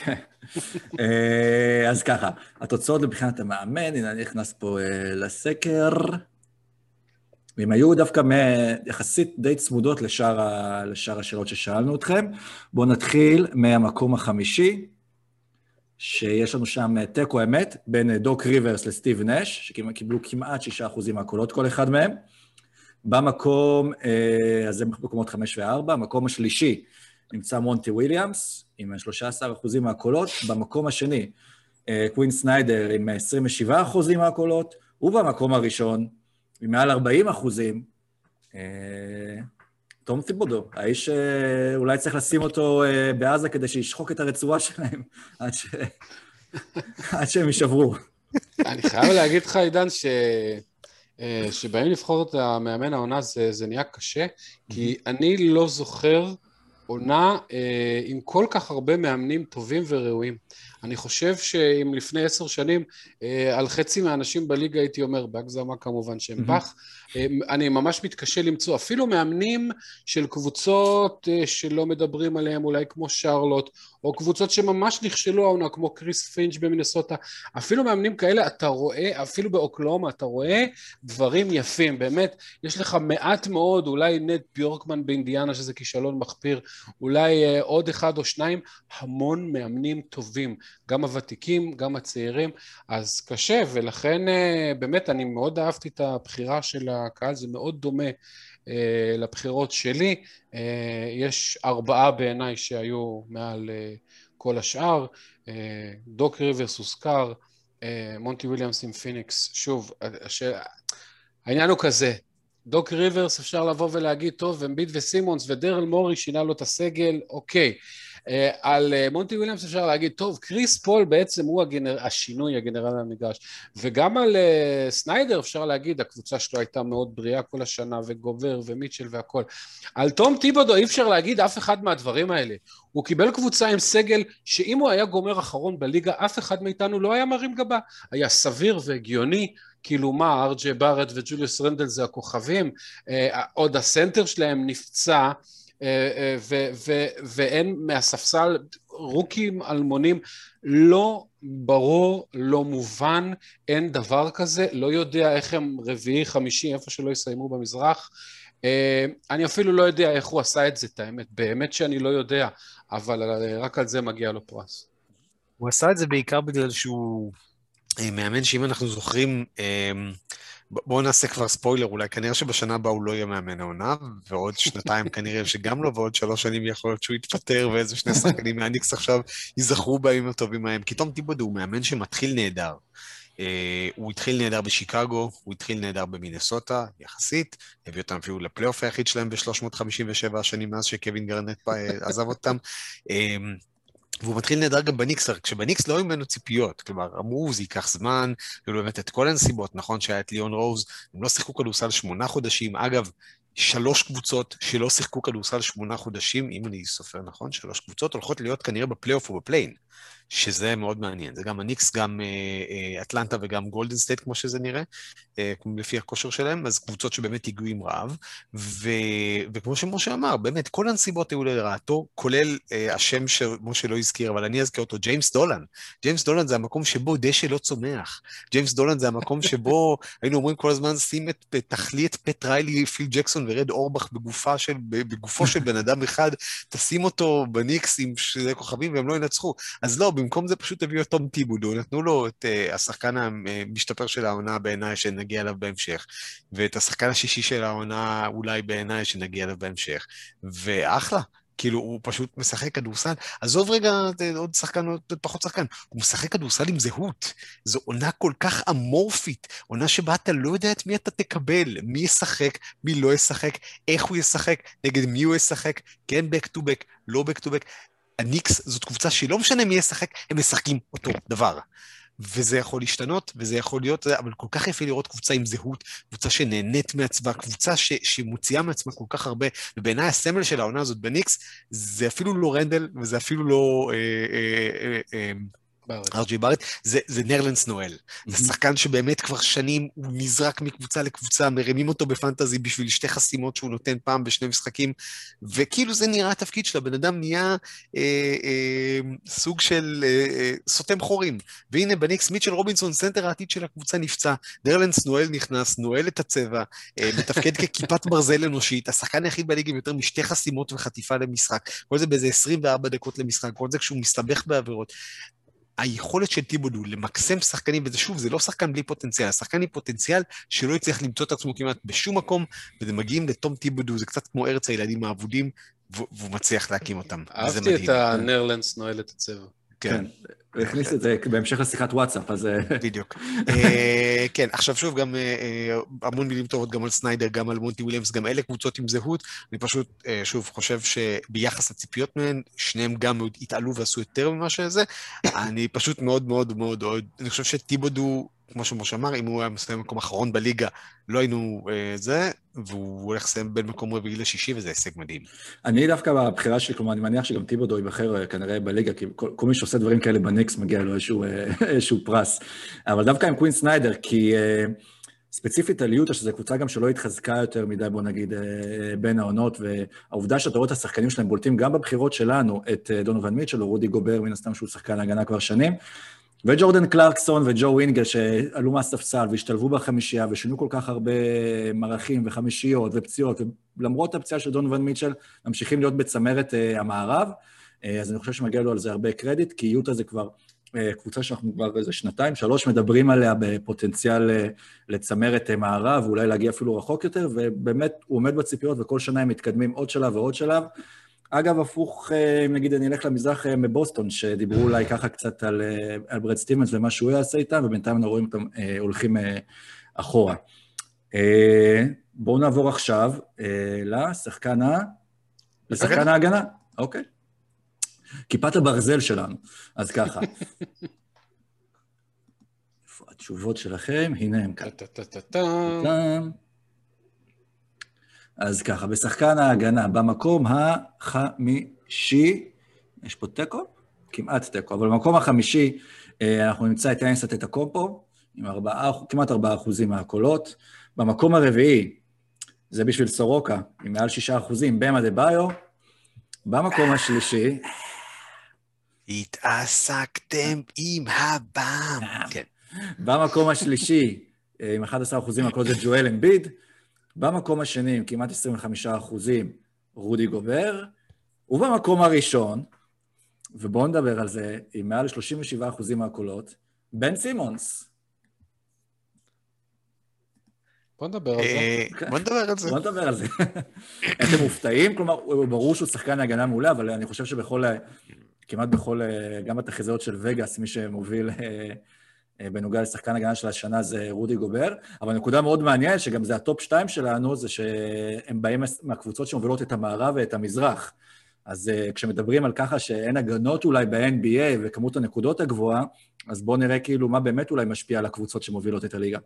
אז ככה, התוצאות לבחינת המאמן, הנה אני נכנס פה לסקר, והם היו דווקא יחסית די צמודות לשאר השאלות ששאלנו אתכם. בואו נתחיל מהמקום החמישי, שיש לנו שם תיקו אמת, בין דוק ריברס לסטיב נש, שקיבלו כמעט 6% מהקולות כל אחד מהם. במקום, אז זה מקומות 5 ו-4, המקום השלישי נמצא מונטי וויליאמס, עם 13% מהקולות. במקום השני, קווין סניידר עם 27% מהקולות, ובמקום הראשון, עם מעל 40%, תום תיבודו, האיש אולי צריך לשים אותו בעזה כדי שישחוק את הרצועה שלהם, עד שהם יישברו. אני חייב להגיד לך, עידן, שבאים לבחור את המאמן העונה זה נהיה קשה, כי אני לא זוכר עונה עם כל כך הרבה מאמנים טובים וראויים. אני חושב שאם לפני 10 שנים, על חצי מהאנשים בליגה הייתי אומר, בהגזמה כמובן שהם פח, אני ממש מתקשה למצוא, אפילו מאמנים של קבוצות שלא מדברים עליהם, אולי כמו שרלוט, או קבוצות שממש נכשלו העונה, כמו קריס פינץ' במינסוטה, אפילו מאמנים כאלה אתה רואה, אפילו באוקלאומה אתה רואה דברים יפים, באמת, יש לך מעט מאוד, אולי נד ביורקמן באינדיאנה, שזה כישלון מחפיר, אולי עוד 1 או 2, המון מאמנים טובים, גם הוותיקים, גם הצעירים, אז קשה, ולכן באמת אני מאוד אהבתי את הבחירה של הקהל, זה מאוד דומה לבחירות שלי, יש 4 בעיניי שהיו מעל כל השאר, דוק ריברס הוזכר, מונטי וויליאמס עם פיניקס, שוב, העניין הוא כזה, דוק ריברס אפשר לבוא ולהגיד, טוב, אמביד וסימונס ודרל מורי שינה לו את הסגל, אוקיי, על מונטי וויליאמס אפשר להגיד, טוב, קריס פול בעצם הוא השינוי, הגנרל המגרש, וגם על סניידר אפשר להגיד, הקבוצה שלו הייתה מאוד בריאה כל השנה, וגובר ומיטשל והכל. על תום טיבודו אי אפשר להגיד אף אחד מהדברים האלה. הוא קיבל קבוצה עם סגל, שאם הוא היה גומר אחרון בליגה, אף אחד מאיתנו לא היה מרים גבה. היה סביר והגיוני, כאילו מה, ארג'י בארט וג'וליוס רנדל זה הכוכבים, עוד הסנטר שלהם נפצע, ואין מהספסל רוקים אלמונים, לא ברור, לא מובן, אין דבר כזה, לא יודע איך הם רביעי, חמישי, איפה שלא יסיימו במזרח, אני אפילו לא יודע איך הוא עשה את זה, את האמת, באמת שאני לא יודע, אבל רק על זה מגיע לו פרס. הוא עשה את זה בעיקר בגלל שהוא מאמן שאם אנחנו זוכרים, בואו נעשה כבר ספוילר, אולי כנראה שבשנה הבאה הוא לא יהיה מאמן העונה, ועוד 2 כנראה שגם לא, ועוד 3 שנים יכול להיות שהוא יתפטר, ואיזה 2 שחקנים מהניקס עכשיו ייזכרו בימים הטובים ההם, כי תום טיבודו הוא מאמן שמתחיל נהדר. הוא התחיל נהדר בשיקגו, הוא התחיל נהדר במינסוטה, יחסית, הביא אותם אפילו לפלייאוף היחיד שלהם ב-357 השנים מאז שקווין גרנט עזב אותם, והוא מתחיל נהדר גם בניקס, כשבניקס לא היו ממנו ציפיות, כלומר, אמרו, זה ייקח זמן, היו באמת את כל הנסיבות, נכון שהיה את ליאון רוז, הם לא שיחקו כדורסל 8 חודשים, אגב, 3 קבוצות שלא שיחקו כדורסל 8 חודשים, אם אני סופר נכון, 3 קבוצות הולכות להיות כנראה בפלייאוף או בפליין, שזה מאוד מעניין, זה גם הניקס, גם אטלנטה וגם גולדן סטייט, כמו שזה נראה, לפי הכושר שלהם, אז קבוצות שבאמת הגיעו עם רעב, וכמו שמשה אמר, באמת, כל הנסיבות היו לרעתו, כולל השם שמשה לא הזכיר, אבל אני אזכיר אותו, ג'יימס דולן. ג'יימס דולן זה המקום שבו דשא לא צומח. ג'יימס דולן זה המקום שבו היינו אומרים כל הזמן, שים תחלי את פט ריילי, פיל ג'קסון ורד אורבך בגופו של בן אדם אחד, תשים אותו בניקס עם שני כוכבים והם לא ינצחו. אז לא, במקום זה פשוט הביאו את תום טיבודו, נתנו לו את השחקן המשתפר של העונה בעיניי שנגיע אליו בהמשך, ואת השחקן השישי של העונה אולי בעיניי שנגיע אליו בהמשך, ואחלה, כאילו הוא פשוט משחק כדורסל, עזוב רגע עוד שחקן, עוד פחות שחקן, הוא משחק כדורסל עם זהות, זו עונה כל כך אמורפית, עונה שבה אתה לא יודע את מי אתה תקבל, מי ישחק, מי לא ישחק, איך הוא ישחק, נגד מי הוא ישחק, כן back to back, לא back to back, הניקס זאת קבוצה שלא משנה מי ישחק, הם משחקים אותו דבר. וזה יכול להשתנות, וזה יכול להיות, אבל כל כך יפה לראות קבוצה עם זהות, קבוצה שנהנית מעצמה, קבוצה שמוציאה מעצמה כל כך הרבה, ובעיניי הסמל של העונה הזאת בניקס, זה אפילו לא רנדל, וזה אפילו לא ארג'י בארט, זה נרלנס נואל. זה שחקן שבאמת כבר שנים הוא נזרק מקבוצה לקבוצה, מרימים אותו בפנטזי בשביל שתי חסימות שהוא נותן פעם בשני משחקים, וכאילו זה נראה התפקיד של הבן אדם נהיה סוג של סותם חורים. והנה בניקס מיטשל רובינסון, סנטר העתיד של הקבוצה נפצע, נרלנס נואל נכנס, נואל את הצבע, מתפקד ככיפת ברזל אנושית, השחקן היחיד בליגה עם יותר משתי חסימות וחטיפה למשחק, כל זה באיזה 24 דקות למשחק, כל זה כשהוא מסתבך בעבירות. היכולת של טיבודו למקסם שחקנים, וזה שוב, זה לא שחקן בלי פוטנציאל, השחקן עם פוטנציאל שלא יצליח למצוא את עצמו כמעט בשום מקום, וזה מגיעים לתום טיבודו, זה קצת כמו ארץ הילדים האבודים, והוא מצליח להקים אותם. אהבתי את הנרלנס נועל את הצבע. כן, והכניס את זה בהמשך לשיחת וואטסאפ, אז... בדיוק. כן, עכשיו שוב, גם המון מילים טובות גם על סניידר, גם על מונטי וויליאמס, גם אלה קבוצות עם זהות. אני פשוט, שוב, חושב שביחס לציפיות מהן, שניהם גם מאוד התעלו ועשו יותר ממה שזה. אני פשוט מאוד מאוד מאוד אוהד. אני חושב שטיבודו, כמו שמשה אמר, אם הוא היה מסיים מקום אחרון בליגה, לא היינו זה, והוא הולך לסיים בין מקום רביעי לשישי, וזה הישג מדהים. אני דווקא בבחירה שלי, כלומר, אני מניח שגם טיבודו ייבחר כנראה בליגה, כי כל מי שעושה דברים כאלה בניקס מגיע לו איזשהו פרס. אבל דווקא עם קווין סניידר, כי ספציפית על יוטה, שזו קבוצה גם שלא התחזקה יותר מדי, בוא נגיד, בין העונות, והעובדה שאתה רואה את השחקנים שלהם בולטים גם בבחירות שלנו, את דונוvan מיטשל או רודי גובר, מן הסתם שהוא שחקן להגנה כבר שנים, וג'ורדן קלרקסון וג'ו ווינגר שעלו מהספסל והשתלבו בחמישייה ושינו כל כך הרבה מערכים וחמישיות ופציעות, ולמרות הפציעה של דונוvan מיטשל, ממשיכים להיות בצמרת המערב, אז אני חושב שמגיע לו על זה הרבה קרדיט, כי יוטה זה כבר קבוצה שאנחנו כבר איזה 2-3 מדברים עליה בפוטנציאל לצמרת מערב, ואולי להגיע אפילו רחוק יותר, ובאמת הוא עומד בציפיות וכל שנה הם מתקדמים עוד שלב ועוד שלב, אגב, הפוך, אם נגיד אני אלך למזרח מבוסטון, שדיברו אולי ככה קצת על ברד סטיבנס ומה שהוא יעשה איתם, ובינתיים אנחנו רואים אותם הולכים אחורה. בואו נעבור עכשיו לשחקן ההגנה. אוקיי. כיפת הברזל שלנו. אז ככה. איפה התשובות שלכם? הנה הם כאן. אז ככה, בשחקן ההגנה, במקום החמישי, יש פה טקו? כמעט טקו, אבל במקום החמישי אנחנו נמצא את יאניס אנטטוקומפו, עם כמעט 4% מהקולות. במקום הרביעי, זה בשביל סורוקה, עם מעל 6%, במה דה ביו. במקום השלישי... התעסקתם עם הבאם. כן. במקום השלישי, עם 11% מהקולות זה ג'ואל אמביד. במקום השני, עם כמעט 25%, רודי גובר, ובמקום הראשון, ובואו נדבר על זה, עם מעל 37% מהקולות, בן סימונס. בואו נדבר על זה. בואו נדבר על זה. אתם מופתעים? כלומר, ברור שהוא שחקן ההגנה מעולה, אבל אני חושב כמעט בכל, גם בתחזיות של וגאס, מי שמוביל... בנוגע לשחקן הגנה של השנה זה רודי גובר, אבל נקודה מאוד מעניינת, שגם זה הטופ 2 שלנו, זה שהם באים מהקבוצות שמובילות את המערב ואת המזרח. אז כשמדברים על ככה שאין הגנות אולי ב-NBA וכמות הנקודות הגבוהה, אז בואו נראה כאילו מה באמת אולי משפיע על הקבוצות שמובילות את הליגה.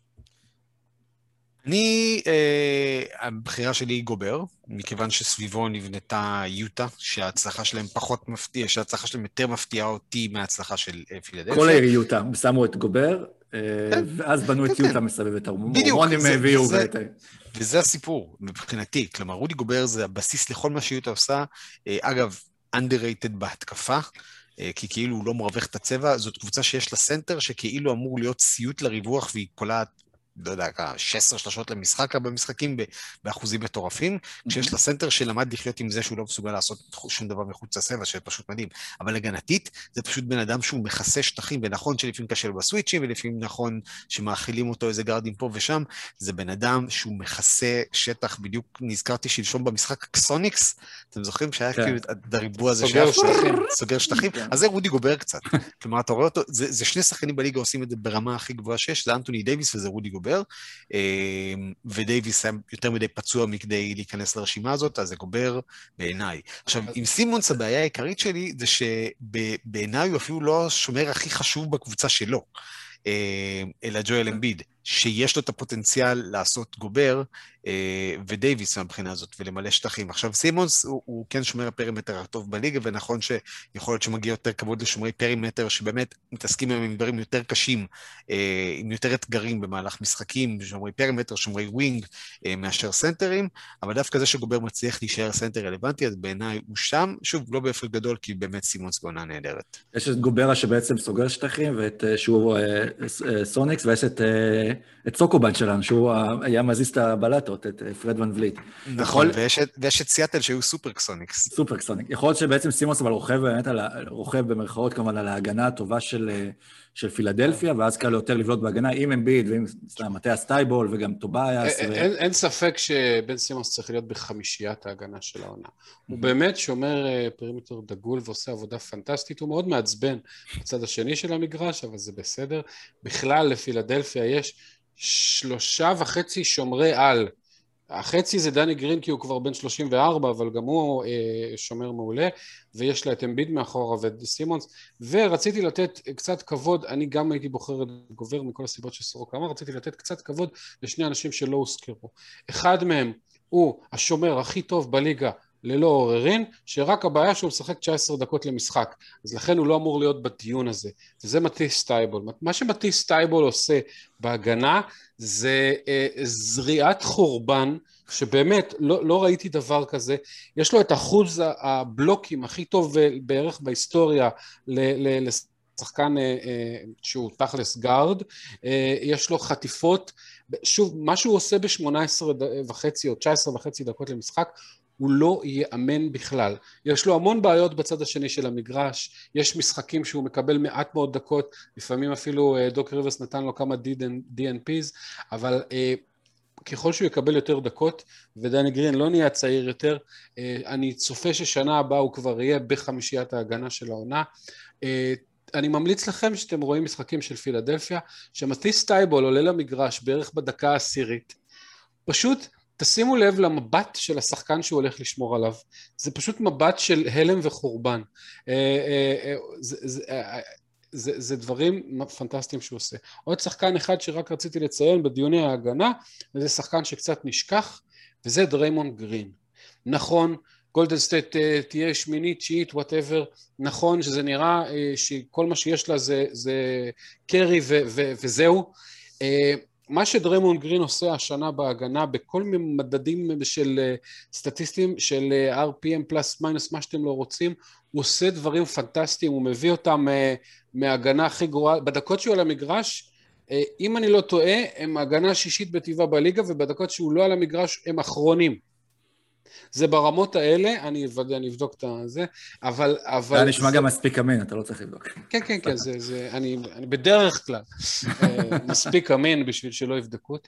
הבחירה שלי היא גובר, מכיוון שסביבו נבנתה יוטה, שההצלחה שלהם פחות מפתיעה, שההצלחה שלהם יותר מפתיעה אותי מההצלחה של פילדלפיה. כל העיר יוטה, שמו את גובר, ואז בנו את יוטה מסבב את ההורמונים והביאו. וזה הסיפור, מבחינתי. כלומר, רודי גובר זה הבסיס לכל מה שיוטה עושה. אגב, underrated בהתקפה, כי כאילו הוא לא מרווח את הצבע, זאת קבוצה שיש לה סנטר, שכאילו אמור להיות סיוט לריווח, והיא קולעת, לא יודע, 16 שלשות למשחק במשחקים באחוזים מטורפים, כשיש לה סנטר שלמד לחיות עם זה שהוא לא מסוגל לעשות שום דבר מחוץ לסבע, שפשוט מדהים. אבל הגנתית, זה פשוט בן אדם שהוא מכסה שטחים, ונכון שלפעמים קשה לו בסוויצ'ים, ולפעמים נכון שמאכילים אותו איזה גרדים פה ושם, זה בן אדם שהוא מכסה שטח, בדיוק נזכרתי שלשום במשחק קסוניקס, אתם זוכרים שהיה כאילו את הריבוע הזה סוגר שטחים, אז זה רודי גובר קצת. כלומר, אתה רואה אותו, זה שני שחקנים בליגה עושים את זה ברמה הכי גבוהה שיש, זה אנטוני דייביס וזה רודי גובר, ודייביס היה יותר מדי פצוע מכדי להיכנס לרשימה הזאת, אז זה גובר בעיניי. עכשיו, עם סימונס הבעיה העיקרית שלי, זה שבעיניי הוא אפילו לא השומר הכי חשוב בקבוצה שלו, אלא ג'ואל אמביד. שיש לו את הפוטנציאל לעשות גובר, ודייביס מהבחינה הזאת, ולמלא שטחים. עכשיו, סימונס הוא כן שומר הפרימטר הטוב בליגה, ונכון שיכול להיות שמגיע יותר כבוד לשומרי פרימטר, שבאמת מתעסקים עם דברים יותר קשים, עם יותר אתגרים במהלך משחקים, שומרי פרימטר, שומרי ווינג, מאשר סנטרים, אבל דווקא זה שגובר מצליח להישאר סנטר רלוונטי, אז בעיניי הוא שם, שוב, לא באופן גדול, כי באמת סימונס בעונה נהדרת. יש את גוברה שבעצם סוגר שטחים, שהוא סוניקס, ויש את סוקובן שלנו, שהוא היה מזיז את הבלטות, את פרד ון וליט. נכון, ויש את סיאטל שהיו סופרקסוניקס. סופרקסוניק. יכול להיות שבעצם סימונס אבל רוכב במרכאות כמובן על ההגנה הטובה של פילדלפיה, ואז קל יותר לבלוט בהגנה עם אמביד ועם מטה סטייבול וגם טובייס. אין ספק שבן סימונס צריך להיות בחמישיית ההגנה של העונה. הוא באמת שומר פרימטר דגול ועושה עבודה פנטסטית, הוא מאוד מעצבן בצד השני של המגרש, אבל זה בסדר. בכלל לפילדלפיה יש 3.5 שומרי על. החצי זה דני גרין כי הוא כבר בן 34, אבל גם הוא שומר מעולה, ויש לה את אמביד מאחורה ואת סימונס, ורציתי לתת קצת כבוד, אני גם הייתי בוחר את גובר מכל הסיבות שסורוק אמר, רציתי לתת קצת כבוד לשני אנשים שלא הוזכרו. אחד מהם הוא השומר הכי טוב בליגה, ללא עוררין, שרק הבעיה שהוא משחק 19 דקות למשחק, אז לכן הוא לא אמור להיות בדיון הזה, וזה מטיס סטייבול. מה שמטיס סטייבול עושה בהגנה, זה זריעת חורבן, שבאמת לא ראיתי דבר כזה, יש לו את אחוז הבלוקים הכי טוב בערך בהיסטוריה לשחקן שהוא תכלס גארד, יש לו חטיפות, שוב, מה שהוא עושה ב-18 וחצי או 19 וחצי דקות למשחק, הוא לא יאמן בכלל. יש לו המון בעיות בצד השני של המגרש, יש משחקים שהוא מקבל מעט מאוד דקות, לפעמים אפילו דוק ריברס נתן לו כמה DNPs, אבל ככל שהוא יקבל יותר דקות, ודני גרין לא נהיה צעיר יותר, אני צופה ששנה הבאה הוא כבר יהיה בחמישיית ההגנה של העונה. אני ממליץ לכם שאתם רואים משחקים של פילדלפיה, שמטיס סטייבול עולה למגרש בערך בדקה העשירית, פשוט תשימו לב למבט של השחקן שהוא הולך לשמור עליו, זה פשוט מבט של הלם וחורבן, זה דברים פנטסטיים שהוא עושה. עוד שחקן אחד שרק רציתי לציין בדיוני ההגנה, וזה שחקן שקצת נשכח, וזה דריימונד גרין. נכון, גולדן סטייט תהיה שמינית, תשיעית, whatever, נכון שזה נראה שכל מה שיש לה זה קרי וזהו, מה שדריימונד גרין עושה השנה בהגנה, בכל מיני מדדים של סטטיסטים, של RPM פלוס מיינוס, מה שאתם לא רוצים, הוא עושה דברים פנטסטיים, הוא מביא אותם מההגנה הכי גרועה, בדקות שהוא על המגרש, אם אני לא טועה, הם ההגנה השישית בטבעה בליגה, ובדקות שהוא לא על המגרש, הם אחרונים. זה ברמות האלה, אני אבדוק את זה, אבל... זה נשמע גם מספיק אמין, אתה לא צריך לבדוק. כן, אני בדרך כלל מספיק אמין בשביל שלא יבדקו אותי.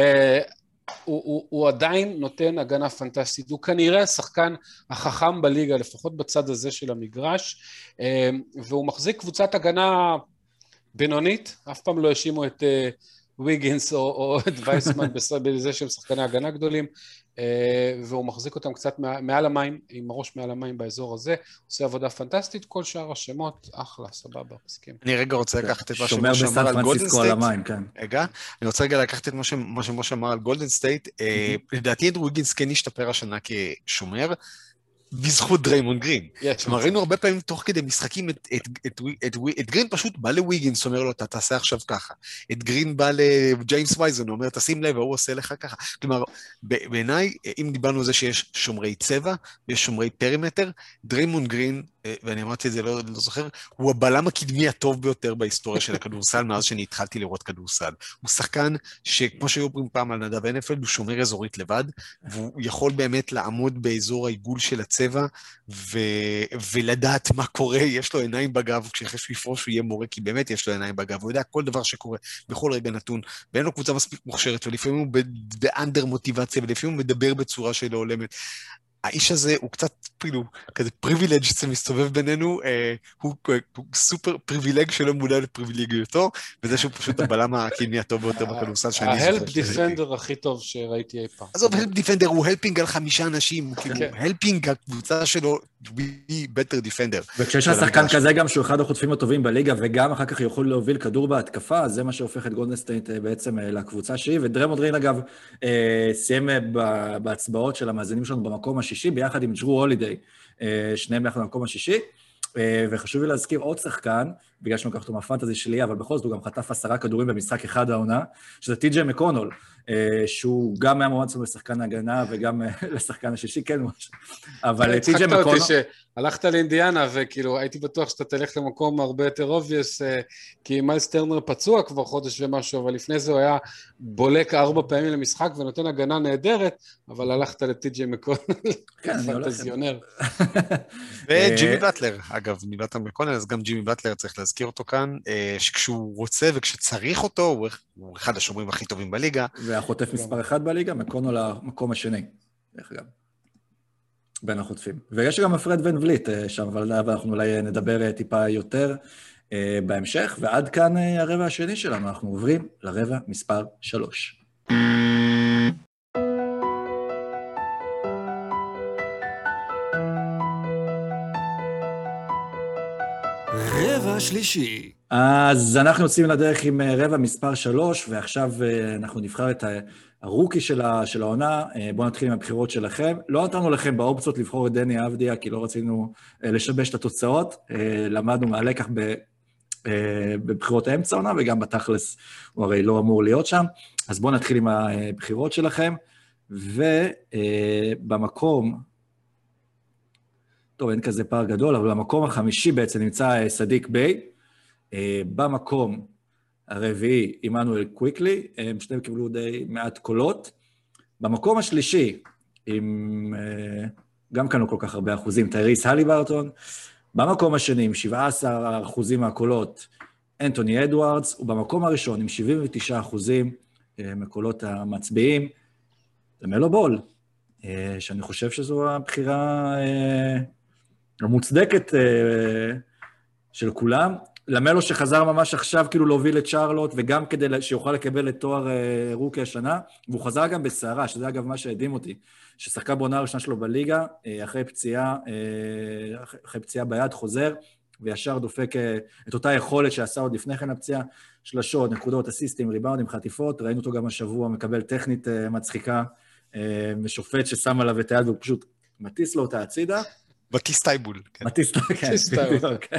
הוא עדיין נותן הגנה פנטסטית, הוא כנראה השחקן החכם בליגה, לפחות בצד הזה של המגרש, והוא מחזיק קבוצת הגנה בינונית, אף פעם לא האשימו את ויגינס או את וייסמן בזה שהם שחקני הגנה גדולים, והוא מחזיק אותם קצת מעל המים, עם הראש מעל המים באזור הזה, עושה עבודה פנטסטית, כל שאר השמות, אחלה, סבבה, מסכים. אני רגע רוצה לקחת את מה שמשה אמר על גולדן סטייט. רגע, אני רוצה רגע לקחת את מה שמשה אמר על גולדן סטייט, לדעתי אנדרו ויגינס כן השתפר השנה כשומר, בזכות דריימונד גרין. כלומר, ראינו הרבה פעמים תוך כדי משחקים את גרין פשוט בא לוויגינס, אומר לו, אתה תעשה עכשיו ככה. את גרין בא לג'יימס וייזון, אומר, תשים לב, הוא עושה לך ככה. כלומר, בעיניי, אם דיברנו על זה שיש שומרי צבע, ויש שומרי פרימטר, דריימונד גרין, ואני אמרתי את זה, לא זוכר, הוא הבלם הקדמי הטוב ביותר בהיסטוריה של הכדורסל, מאז שאני התחלתי לראות כדורסל. הוא שחקן שכמו שהיו אומרים פעם על נדב הנפלד, הוא שומר אזורית לבד, והוא יכול באמת לעמוד באזור העיגול של הצבע, ולדעת מה קורה, יש לו עיניים בגב, כשאחרי שהוא יפרוש הוא יהיה מורה, כי באמת יש לו עיניים בגב, הוא יודע כל דבר שקורה, בכל רגע נתון, ואין לו קבוצה מספיק מוכשרת, ולפעמים הוא באנדר מוטיבציה, ולפעמים הוא מדבר בצורה שלא הולמת. האיש הזה הוא קצת כזה פריבילג' שמסתובב בינינו, הוא סופר פריבילג שלא מודע לפריבילגיותו, וזה שהוא פשוט הבלם הקדמי הטוב ביותר בכדורסל שאני זוכר. ההלפ דיפנדר הכי טוב שראיתי אי פעם. עזוב, הלפ דיפנדר הוא הלפינג על 5 אנשים, הוא כאילו הלפינג, הקבוצה שלו be better defender. וכשיש שחקן כזה גם שהוא אחד החוטפים הטובים בליגה, וגם אחר כך יכול להוביל כדור בהתקפה, אז זה מה שהופך את גולדן סטייט בעצם לקבוצה שהיא, ודרמונד גרין אגב סיים בהצבעות של המאזינים שלנו במקום השישי, ביחד עם ג'רו הולידיי, שניהם ביחד במקום השישי, וחשוב לי להזכיר עוד שחקן, בגלל שאני לוקח אותו מהפנטזי שלי, אבל בכל זאת הוא גם חטף 10 כדורים במשחק אחד העונה, שזה טי.ג'יי מקונול, שהוא גם היה מועמד לשחקן ההגנה וגם לשחקן השישי, כן, אבל טי.ג'יי מקונול... הצחקת אותי שהלכת לאינדיאנה, וכאילו הייתי בטוח שאתה תלך למקום הרבה יותר אובייס, כי מיילס טרנר פצוע כבר חודש ומשהו, אבל לפני זה הוא היה בולק 4 פעמים למשחק ונותן הגנה נהדרת, אבל הלכת לטי.ג'יי מקונול, פנטזיונר. וג'ימי באטלר, אגב, דיברת על מקונל, אז גם ג'ימי באטלר צריך להזכיר אותו כאן, שכשהוא רוצה וכשצריך אותו, הוא אחד השומרים הכי טובים בליגה. והחוטף מספר 1 בליגה, מקונול המקום השני, דרך אגב, בין החוטפים. ויש גם פרד ון וליט שם, אבל אנחנו אולי נדבר טיפה יותר בהמשך, ועד כאן הרבע השני שלנו, אנחנו עוברים לרבע מספר 3. רבע שלישי. אז אנחנו יוצאים לדרך עם רבע מספר 3, ועכשיו אנחנו נבחר את הרוקי של העונה. בואו נתחיל עם הבחירות שלכם. לא נתנו לכם באופציות לבחור את דני אבדיה, כי לא רצינו לשבש את התוצאות. למדנו מהלקח בבחירות האמצע העונה, וגם בתכלס הוא הרי לא אמור להיות שם. אז בואו נתחיל עם הבחירות שלכם. ובמקום... טוב, אין כזה פער גדול, אבל במקום החמישי בעצם נמצא סדיק ביי, במקום הרביעי עמנואל קוויקלי, הם שניהם קיבלו די מעט קולות, במקום השלישי, עם גם כאן לא כל כך הרבה אחוזים, טייריס הליברטון, במקום השני עם 17% מהקולות, אנטוני אדוארדס, ובמקום הראשון עם 79% מקולות המצביעים, למלו בול, שאני חושב שזו הבחירה המוצדקת של כולם. למלו שחזר ממש עכשיו כאילו להוביל את שרלוט, וגם כדי שיוכל לקבל את תואר רוקי השנה, והוא חזר גם בסערה, שזה אגב מה שהדהים אותי, ששחקה בעונה הראשונה שלו בליגה, אחרי פציעה ביד חוזר, וישר דופק את אותה יכולת שעשה עוד לפני כן הפציעה, שלשות, נקודות, אסיסטים, ריבאונדים, חטיפות, ראינו אותו גם השבוע, מקבל טכנית מצחיקה, משופט ששם עליו את היד, והוא פשוט מטיס לו אותה הצידה. מטיס טייבול. מטיס טייבול, כן.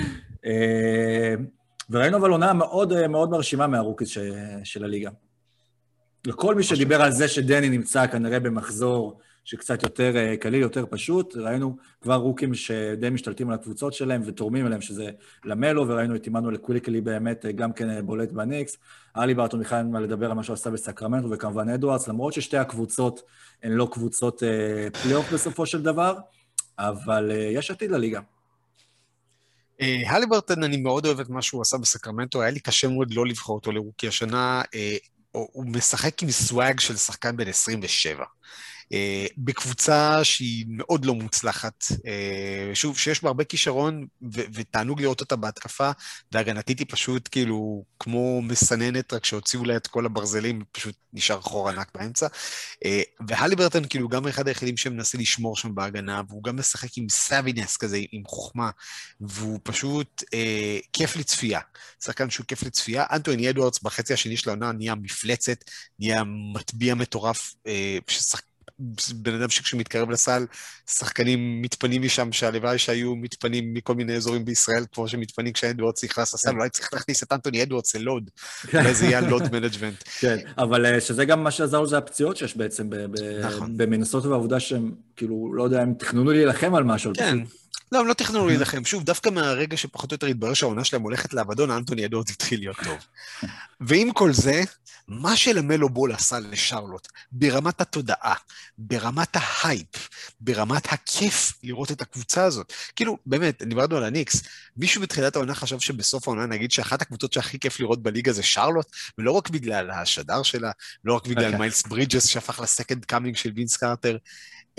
וראינו אבל עונה מאוד מאוד מרשימה מהרוקית של הליגה. לכל מי שדיבר על זה שדני נמצא כנראה במחזור שקצת יותר קליל, יותר פשוט, ראינו כבר רוקים שדי משתלטים על הקבוצות שלהם ותורמים אליהם, שזה למלו, וראינו את עמנואל קוויקלי באמת גם כן בולט בניקס, הליברטון בכלל אין מה לדבר על מה שהוא עשה בסקרמנטו, וכמובן אדוארדס, למרות ששתי הקבוצות הן לא קבוצות פלייאוף בסופו של דבר, אבל יש עתיד לליגה. הליברטון, אני מאוד אוהב את מה שהוא עשה בסקרמנטו, היה לי קשה מאוד לא לבחור אותו לרוקי השנה, הוא משחק עם סוואג של שחקן בן 27. בקבוצה שהיא מאוד לא מוצלחת, שוב, שיש בה הרבה כישרון, ותענוג לראות אותה בהתקפה, והגנתית היא פשוט כאילו כמו מסננת, רק שהוציאו לה את כל הברזלים, פשוט נשאר חור ענק באמצע, והליברטון כאילו גם אחד היחידים שמנסה לשמור שם בהגנה, והוא גם משחק עם סאבינס כזה, עם חוכמה, והוא פשוט כיף לצפייה, שחקן שהוא כיף לצפייה. אנטוני אדוארדס בחצי השני של העונה נהיה מפלצת, נהיה מטביע מטורף, בן אדם שכשמתקרב לסל, שחקנים מתפנים משם, שהלוואי שהיו מתפנים מכל מיני אזורים בישראל, כמו שמתפנים כשאדוארדס נכנס לסל, אולי צריך להכניס את אנטוני אדוארדס ללוד, אולי זה יהיה לוד מנג'מנט. כן, אבל שזה גם מה שעזר, זה הפציעות שיש בעצם במנסות והעובדה שהם, כאילו, לא יודע, הם תכננו להילחם על משהו. כן. לא, הם לא תכננו להילחם. שוב, דווקא מהרגע שפחות או יותר התברר שהעונה שלהם הולכת לאבדון, אנטוני אדוארדס התחיל להיות טוב. ועם כל זה, מה שלמלו בול עשה לשרלוט, ברמת התודעה, ברמת ההייפ, ברמת הכיף לראות את הקבוצה הזאת. כאילו, באמת, דיברנו על הניקס, מישהו בתחילת העונה חשב שבסוף העונה נגיד שאחת הקבוצות שהכי כיף לראות בליגה זה שרלוט, ולא רק בגלל השדר שלה, לא רק בגלל מיילס ברידג'ס שהפך לסקנד קאמינג של וינס קארטר,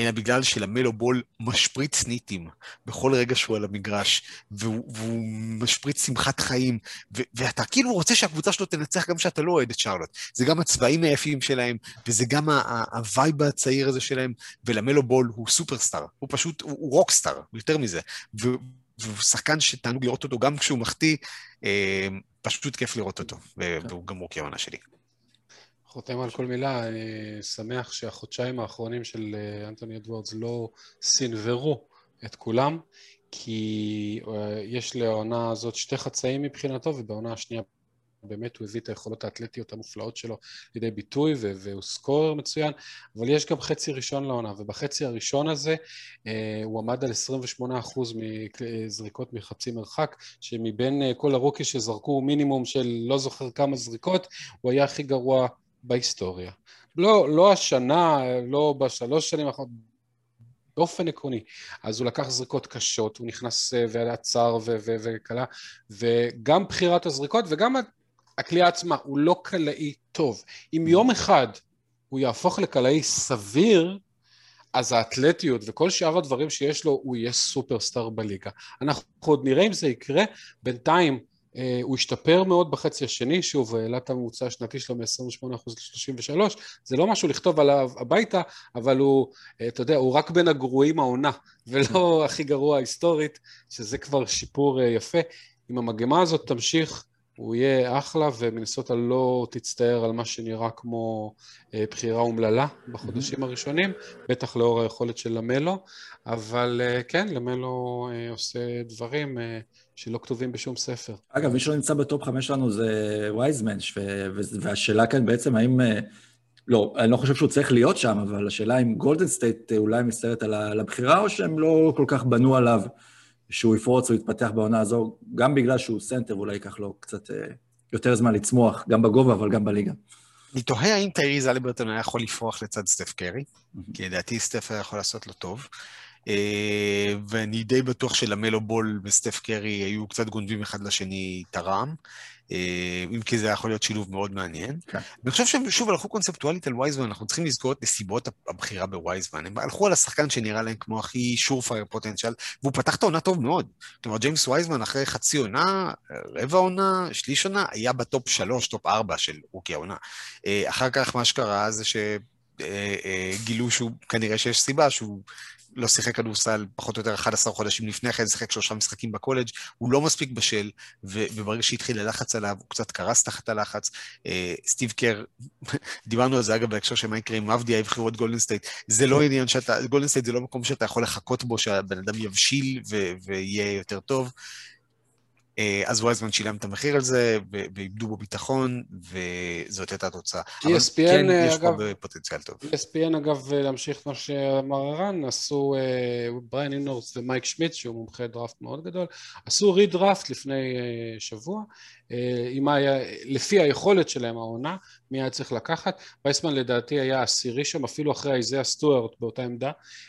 אלא בגלל שלמלו בול משפריץ ניטים בכל רגע שהוא על המגרש, והוא משפריץ שמחת חיים, ואתה כאילו רוצה שהקבוצה שלו תנצח גם שאתה לא אוהד את שרלוט. זה גם הצבעים היפים שלהם, וזה גם הווייב הצעיר הזה שלהם, ולמלו בול הוא סופרסטאר, הוא פשוט, הוא רוקסטאר, יותר מזה, והוא שחקן שתענוג לראות אותו, גם כשהוא מחטיא, פשוט כיף לראות אותו, והוא גם רוקי העונה שלי. חותם על כל מילה, אני שמח שהחודשיים האחרונים של אנטוני אדוורדס לא סינברו את כולם, כי יש לעונה הזאת שתי חצאים מבחינתו, ובעונה השנייה באמת הוא הביא את היכולות האתלטיות המופלאות שלו לידי ביטוי, והוא סקורר מצוין, אבל יש גם חצי ראשון לעונה, ובחצי הראשון הזה הוא עמד על 28% מזריקות מחצי מרחק, שמבין כל הרוקי שזרקו מינימום של לא זוכר כמה זריקות, הוא היה הכי גרוע בהיסטוריה. לא השנה, לא בשלוש שנים האחרונות, באופן עקרוני. אז הוא לקח זריקות קשות, הוא נכנס ועצר וקלה, וגם בחירת הזריקות וגם הקליעה עצמה, הוא לא קלעי טוב. אם יום אחד הוא יהפוך לקלעי סביר, אז האתלטיות וכל שאר הדברים שיש לו, הוא יהיה סופרסטאר בליגה. אנחנו עוד נראה אם זה יקרה, בינתיים הוא השתפר מאוד בחצי השני, שוב, העלה את הממוצע השנתי שלו מ-28% ל-33%, זה לא משהו לכתוב עליו הביתה, אבל הוא, אתה יודע, הוא רק בין הגרועים העונה, ולא הכי גרוע היסטורית, שזה כבר שיפור יפה. אם המגמה הזאת תמשיך, הוא יהיה אחלה, ומנסוטה לא תצטער על מה שנראה כמו בחירה אומללה בחודשים הראשונים, בטח לאור היכולת של למלו, אבל כן, למלו עושה דברים שלא כתובים בשום ספר. אגב, מי שלא נמצא בטופ 5 שלנו זה וייזמן, והשאלה כאן בעצם האם, לא, אני לא חושב שהוא צריך להיות שם, אבל השאלה אם גולדן סטייט אולי מסתרת על הבחירה, או שהם לא כל כך בנו עליו שהוא יפרוץ או יתפתח בעונה הזו, גם בגלל שהוא סנטר, ואולי ייקח לו קצת יותר זמן לצמוח, גם בגובה, אבל גם בליגה. אני תוהה האם טייריז הליברטון היה יכול לפרוח לצד סטף קרי, כי לדעתי סטף היה יכול לעשות לו טוב, ואני די בטוח שלמלו בול וסטף קרי היו קצת גונבים אחד לשני תרם, אם כי זה יכול להיות שילוב מאוד מעניין. אני חושב שהם שוב הלכו קונספטואלית על וייזמן, אנחנו צריכים לזכור את נסיבות הבחירה בווייזמן, הם הלכו על השחקן שנראה להם כמו הכי שורפייר פוטנציאל, והוא פתח את העונה טוב מאוד. כלומר, ג'יימס וייזמן אחרי חצי עונה, רבע עונה, שליש עונה, היה בטופ 3, טופ 4 של רוקי העונה. אחר כך מה שקרה זה שגילו שהוא, כנראה שיש סיבה שהוא לא שיחק כדורסל פחות או יותר 11 חודשים לפני כן, שיחק 3 משחקים בקולג', הוא לא מספיק בשל, וברגע שהתחיל ללחץ עליו, הוא קצת קרס תחת הלחץ. סטיב קר, דיברנו על זה אגב בהקשר שמה יקרה עם אבדיה, יבחרו את גולדן סטייט, זה לא עניין שאתה, גולדן סטייט זה לא מקום שאתה יכול לחכות בו, שהבן אדם יבשיל ויהיה יותר טוב, אז וייזמן שילם את המחיר על זה, ואיבדו בו ביטחון, וזאת הייתה התוצאה. אבל כן, יש פה בפוטנציאל טוב. ESPN, אגב, להמשיך מה שאמר ערן, עשו בריין אינורס ומייק שמיט, שהוא מומחה דראפט מאוד גדול, עשו רידראפט לפני שבוע, לפי היכולת שלהם העונה, מי היה צריך לקחת. וייסמן לדעתי היה עשירי שם, אפילו אחרי איזיה סטוארט באותה עמדה.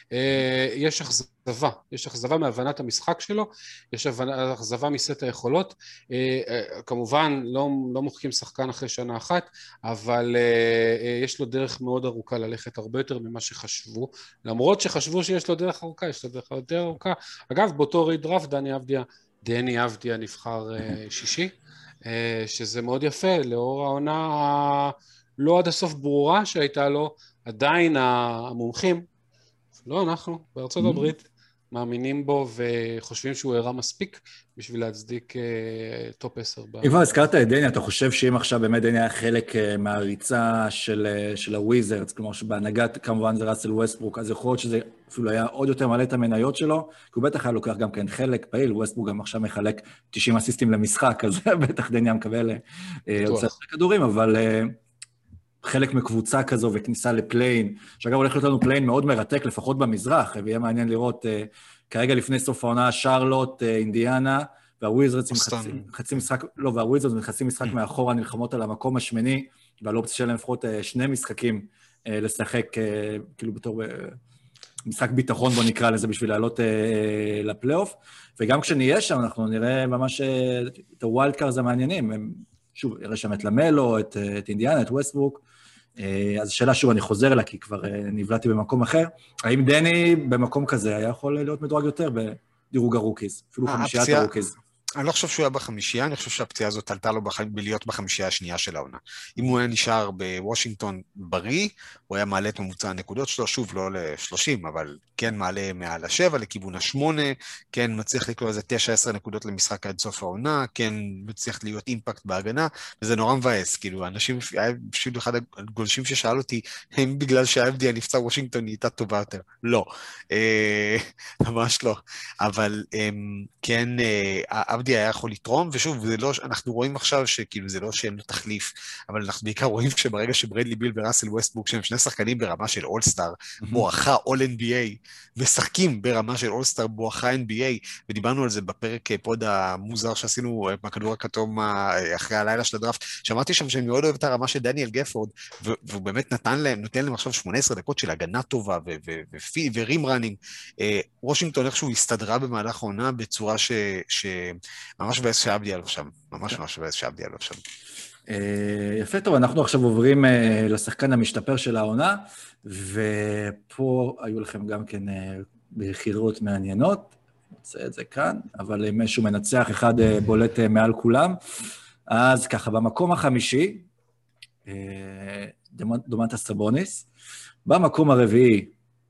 יש אכזבה מהבנת המשחק שלו, יש אכזבה מסט היכולות, כמובן לא מוחקים שחקן אחרי שנה אחת, אבל יש לו דרך מאוד ארוכה ללכת, הרבה יותר ממה שחשבו, למרות שחשבו שיש לו דרך ארוכה, יש לו דרך יותר ארוכה. אגב, באותו רידראפט דני אבדיה נבחר שישי, שזה מאוד יפה, לאור העונה לא עד הסוף ברורה שהייתה לו, עדיין המומחים, לא אנחנו, בארצות הברית, מאמינים בו וחושבים שהוא הראה מספיק בשביל להצדיק טופ 10. אם כבר הזכרת את דני, אתה חושב שאם עכשיו באמת דני היה חלק מהריצה של הוויזרדס, כלומר שבהנהגת כמובן זה ראסל ווסטברוק, אז יכול להיות שזה אפילו היה עוד יותר מעלה את המניות שלו, כי הוא בטח היה לוקח גם כן חלק פעיל, ווסטברוק גם עכשיו מחלק 90 אסיסטים למשחק, אז בטח דני היה מקבל הוצאת כדורים, אבל חלק מקבוצה כזו וכניסה לפליין, שאגב הולך להיות לנו פליין מאוד מרתק, לפחות במזרח, ויהיה מעניין לראות כרגע לפני סוף העונה, שרלוט, אינדיאנה, והוויזרדס חצי משחק, לא, והוויזרדס חצי משחק מאחורה נלחמות על המקום השמיני, והאופציה שלהם לפחות 2 משחקים לשחק, כאילו בתור משחק ביטחון, בוא נקרא לזה, בשביל לעלות לפלייאוף, וגם כשנהיה שם, אנחנו נראה ממש את הווילד קארדס המעניינים, שוב, יראה שם את למלו, את אינדיאנה, את ווסטברוק, אז השאלה שוב, אני חוזר לה, כי כבר נבלעתי במקום אחר, האם דני במקום כזה היה יכול להיות מדורג יותר בדירוג הרוקיז, אפילו חמישיית הרוקיז? אני לא חושב שהוא היה בחמישייה, אני חושב שהפציעה הזאת עלתה לו בלהיות בחמישייה השנייה של העונה. אם הוא היה נשאר בוושינגטון בריא, הוא היה מעלה את ממוצע הנקודות שלו, שוב, לא ל-30, אבל כן מעלה מעל ה-7 לכיוון ה-8, כן מצליח לקלוע איזה 9-10 נקודות למשחק עד סוף העונה, כן מצליח להיות אימפקט בהגנה, וזה נורא מבאס, כאילו, אנשים, היה פשוט אחד הגולשים ששאל אותי, הם בגלל שהאבדיה נפצע וושינגטון היא הייתה טובה יותר. לא, ממש לא. אבל כן, עבדי היה יכול לתרום, ושוב, זה לא, אנחנו רואים עכשיו שכאילו זה לא שאין לו תחליף, אבל אנחנו בעיקר רואים שברגע שברדלי ביל וראסל ווסטברוק, שהם שני שחקנים ברמה של אולסטאר, בואכה All-NBA, משחקים ברמה של אולסטאר, בואכה NBA, ודיברנו על זה בפרק פוד המוזר שעשינו בכדור הכתום אחרי הלילה של הדראפט, שמעתי שם שאני מאוד אוהב את הרמה של דניאל גפורד, והוא באמת נותן להם עכשיו 18 דקות של הגנה טובה, ורים ראנינג. וושינגטון איכשהו הסתדרה במהלך העונה בצורה ממש מבאס שעבדי עליו שם, ממש מבאס שעבדי עליו שם. יפה, טוב, אנחנו עכשיו עוברים לשחקן המשתפר של העונה, ופה היו לכם גם כן בחירות מעניינות, נוצא את זה כאן, אבל אם מישהו מנצח אחד בולט מעל כולם, אז ככה, במקום החמישי, דומנטס סבוניס, במקום הרביעי,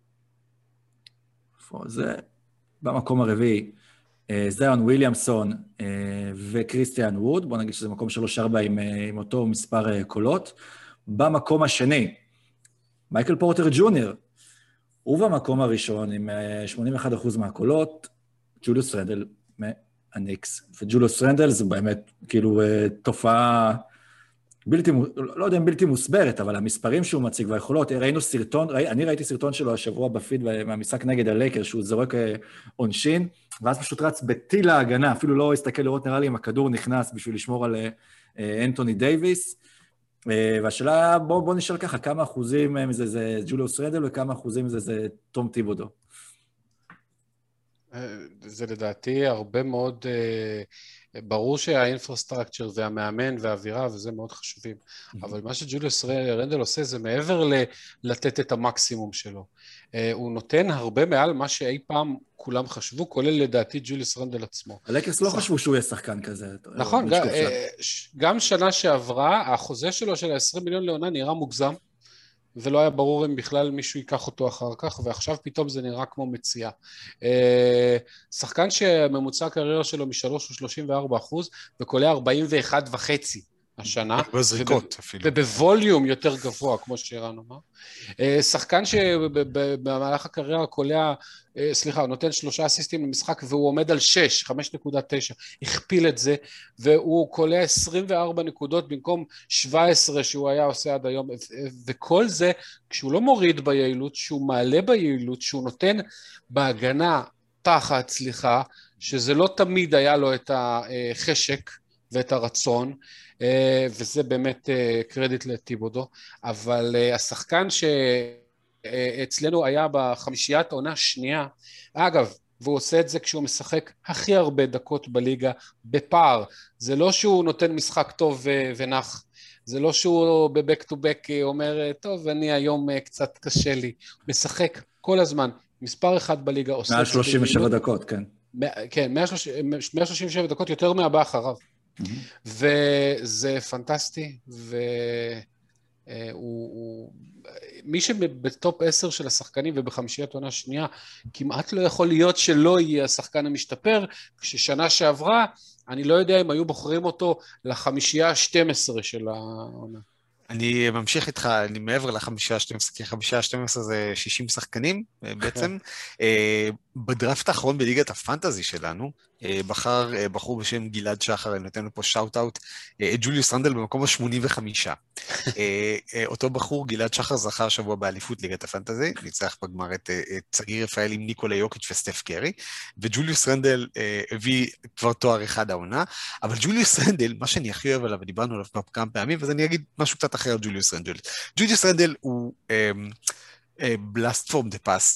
איפה זה? במקום הרביעי, זיון וויליאמסון וקריסטיאן ווד, בוא נגיד שזה מקום 3-4 עם אותו מספר קולות. במקום השני, מייקל פורטר ג'וניור, ובמקום הראשון עם 81% מהקולות, ג'וליוס רנדל מהניקס. וג'וליוס רנדל זה באמת כאילו תופעה לא יודע אם בלתי מוסברת, אבל המספרים שהוא מציג והיכולות, ראינו סרטון, אני ראיתי סרטון שלו השבוע בפיד מהמשחק נגד הלייקר, שהוא זורק עונשין, ואז פשוט רץ בטיל ההגנה, אפילו לא הסתכל לראות, נראה לי אם הכדור נכנס בשביל לשמור על אנטוני דייביס, והשאלה, בוא נשאל ככה, כמה אחוזים מזה זה ג'וליוס רנדל, וכמה אחוזים מזה זה תום טיבודו? זה לדעתי הרבה מאוד, ברור שהאינפרסטרקצ'ר והמאמן והאווירה וזה מאוד חשובים, אבל מה שג'וליוס רנדל עושה זה מעבר לתת את המקסימום שלו. הוא נותן הרבה מעל מה שאי פעם כולם חשבו, כולל לדעתי ג'וליוס רנדל עצמו. הלקרס לא חשבו שהוא יהיה שחקן כזה. נכון, גם שנה שעברה, החוזה שלו של ה-20 מיליון לעונה נראה מוגזם, ולא היה ברור אם בכלל מישהו ייקח אותו אחר כך, ועכשיו פתאום זה נראה כמו מציאה. שחקן שממוצע הקריירה שלו מ-3 ו-34%, וקולע 41.5 השנה. בזריקות אפילו. ובווליום יותר גבוה, כמו שירן אמר. שחקן שבמהלך הקריירה קולע, הוא נותן 3 אסיסטים למשחק, והוא עומד על 6, 5.9, הכפיל את זה, והוא קולע 24 נקודות במקום 17 שהוא היה עושה עד היום, וכל זה כשהוא לא מוריד ביעילות, שהוא מעלה ביעילות, שהוא נותן בהגנה תחת, שזה לא תמיד היה לו את החשק ואת הרצון, וזה באמת קרדיט לטיבודו, אבל השחקן שאצלנו היה בחמישיית עונה שנייה, אגב, והוא עושה את זה כשהוא משחק הכי הרבה דקות בליגה בפער, זה לא שהוא נותן משחק טוב ונח, זה לא שהוא בבק טו בק אומר, טוב, אני היום קצת קשה לי, משחק כל הזמן, מספר אחד בליגה עושה... 137 דקות, כן. כן, 137 דקות יותר מהבא אחריו. וזה פנטסטי, מי שבטופ 10 של השחקנים ובחמישיית עונה שנייה, כמעט לא יכול להיות שלא יהיה השחקן המשתפר, כששנה שעברה, אני לא יודע אם היו בוחרים אותו לחמישייה ה-12 של העונה. אני ממשיך איתך, אני מעבר לחמישייה ה-12, כי חמישייה ה-12 זה 60 שחקנים בעצם. בדראפט האחרון בליגת הפנטזי שלנו, בחור בשם גלעד שחר, אני נותן לו פה שאוט-אוט, ג'וליוס רנדל במקום ה-85. אותו בחור, גלעד שחר, זכה השבוע באליפות ליגת הפנטזי, ניצח בגמר את צגיר רפאל עם ניקולה יוקיץ' וסטף קרי, וג'וליוס רנדל הביא כבר תואר אחד העונה, אבל ג'וליוס רנדל, מה שאני הכי אוהב עליו, ודיברנו עליו כמה פעמים, אז אני אגיד משהו קצת אחר על ג'וליוס רנדל. ג'וליוס רנדל הוא blast from the past,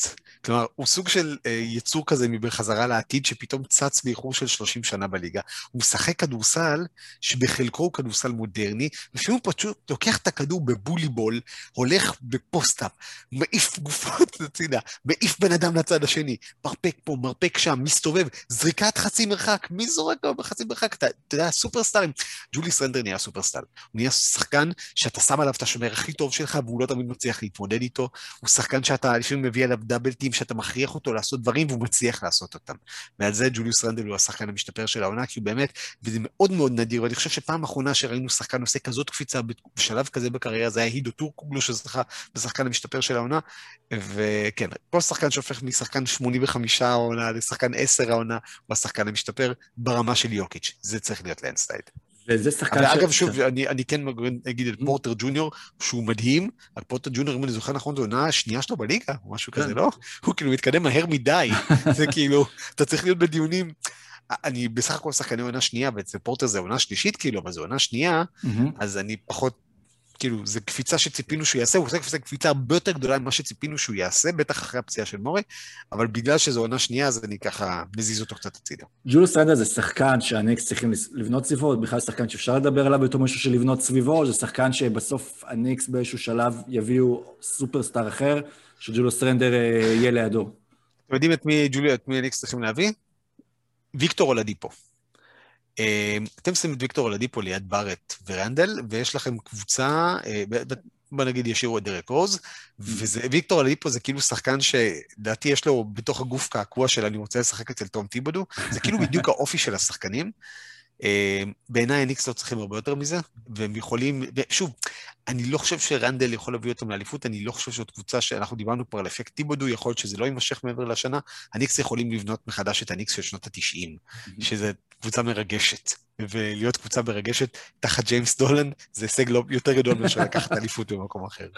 כלומר, הוא סוג של יצור כזה בחזרה לעתיד, שפתאום צץ באיחור של 30 שנה בליגה. הוא משחק כדורסל, שבחלקו הוא כדורסל מודרני, ושהוא פשוט לוקח את הכדור בבוליבול, הולך בפוסט-אפ, מעיף גופות לצידה, מעיף בן אדם לצד השני, מרפק פה, מרפק שם, מסתובב, זריקת חצי מרחק, מי זורק לו בחצי מרחק? אתה יודע, סופרסטארים. ג'וליוס רנדל נהיה סופרסטאר. הוא נהיה שחקן שאתה שם עליו את השומר הכי טוב שלך, והוא לא תמיד מצליח להתמודד איתו. הוא שחקן שאתה לפעמים מביא עליו דאבלטים, שאתה מכריח אותו לעשות דברים, והוא מצליח לעשות אותם. ועל זה ג'וליוס רנדל הוא השחקן המשתפר של העונה, כי הוא באמת, וזה מאוד מאוד נדיר, ואני חושב שפעם האחרונה שראינו שחקן עושה כזאת קפיצה בשלב כזה בקריירה, זה היה הידו טורקוגלו שזכה בשחקן המשתפר של העונה, וכן, כל שחקן שהופך משחקן 85 העונה לשחקן 10 העונה, הוא השחקן המשתפר ברמה של יוקיץ'. זה צריך להיות לנסטייד. וזה שחקן אבל אגב, שוב, אני כן אגיד את פורטר ג'וניור, שהוא מדהים, על פורטר ג'וניור, אם אני זוכר נכון, זו עונה השנייה שלו בליגה, או משהו כזה, לא? הוא כאילו מתקדם מהר מדי, זה כאילו, אתה צריך להיות בדיונים, אני בסך הכל שחקני עונה שנייה, ואצל פורטר זה עונה שלישית, כאילו, אבל זו עונה שנייה, אז אני פחות, כאילו, זו קפיצה שציפינו שהוא יעשה, הוא עושה קפיצה הרבה יותר גדולה ממה שציפינו שהוא יעשה, בטח אחרי הפציעה של מורי, אבל בגלל שזו עונה שנייה, אז אני ככה מזיז אותו קצת הצידה. ג'וליוס רנדל זה שחקן שהניקס צריכים לבנות סביבו, בכלל שחקן שאפשר לדבר עליו בתור מישהו של לבנות סביבו, זה שחקן שבסוף הניקס באיזשהו שלב יביאו סופרסטאר אחר, שג'וליוס רנדל יהיה לידו. אתם יודעים את מי הניקס צריכים להביא? ויקטור אולדיפו. אתם שמים את ויקטור אולדיפו ליד בארט ורנדל, ויש לכם קבוצה, בוא נגיד ישירו את דרק רוז, וויקטור אולדיפו זה כאילו שחקן שדעתי יש לו בתוך הגוף קעקוע של אני רוצה לשחק אצל תום טיבודו, זה כאילו בדיוק האופי של השחקנים, בעיניי הניקס לא צריכים הרבה יותר מזה, והם יכולים, ושוב, אני לא חושב שרנדל יכול להביא אותם לאליפות, אני לא חושב שזאת קבוצה שאנחנו דיברנו כבר על אפקט טיבודו, יכול להיות שזה לא יימשך מעבר לשנה, הניקס יכולים לבנות מחדש את הניקס של שנות ה-90, שזו קבוצה מרגשת, ולהיות קבוצה מרגשת תחת ג'יימס דולן, זה הישג לא יותר גדול מאשר לקחת אליפות במקום אחר.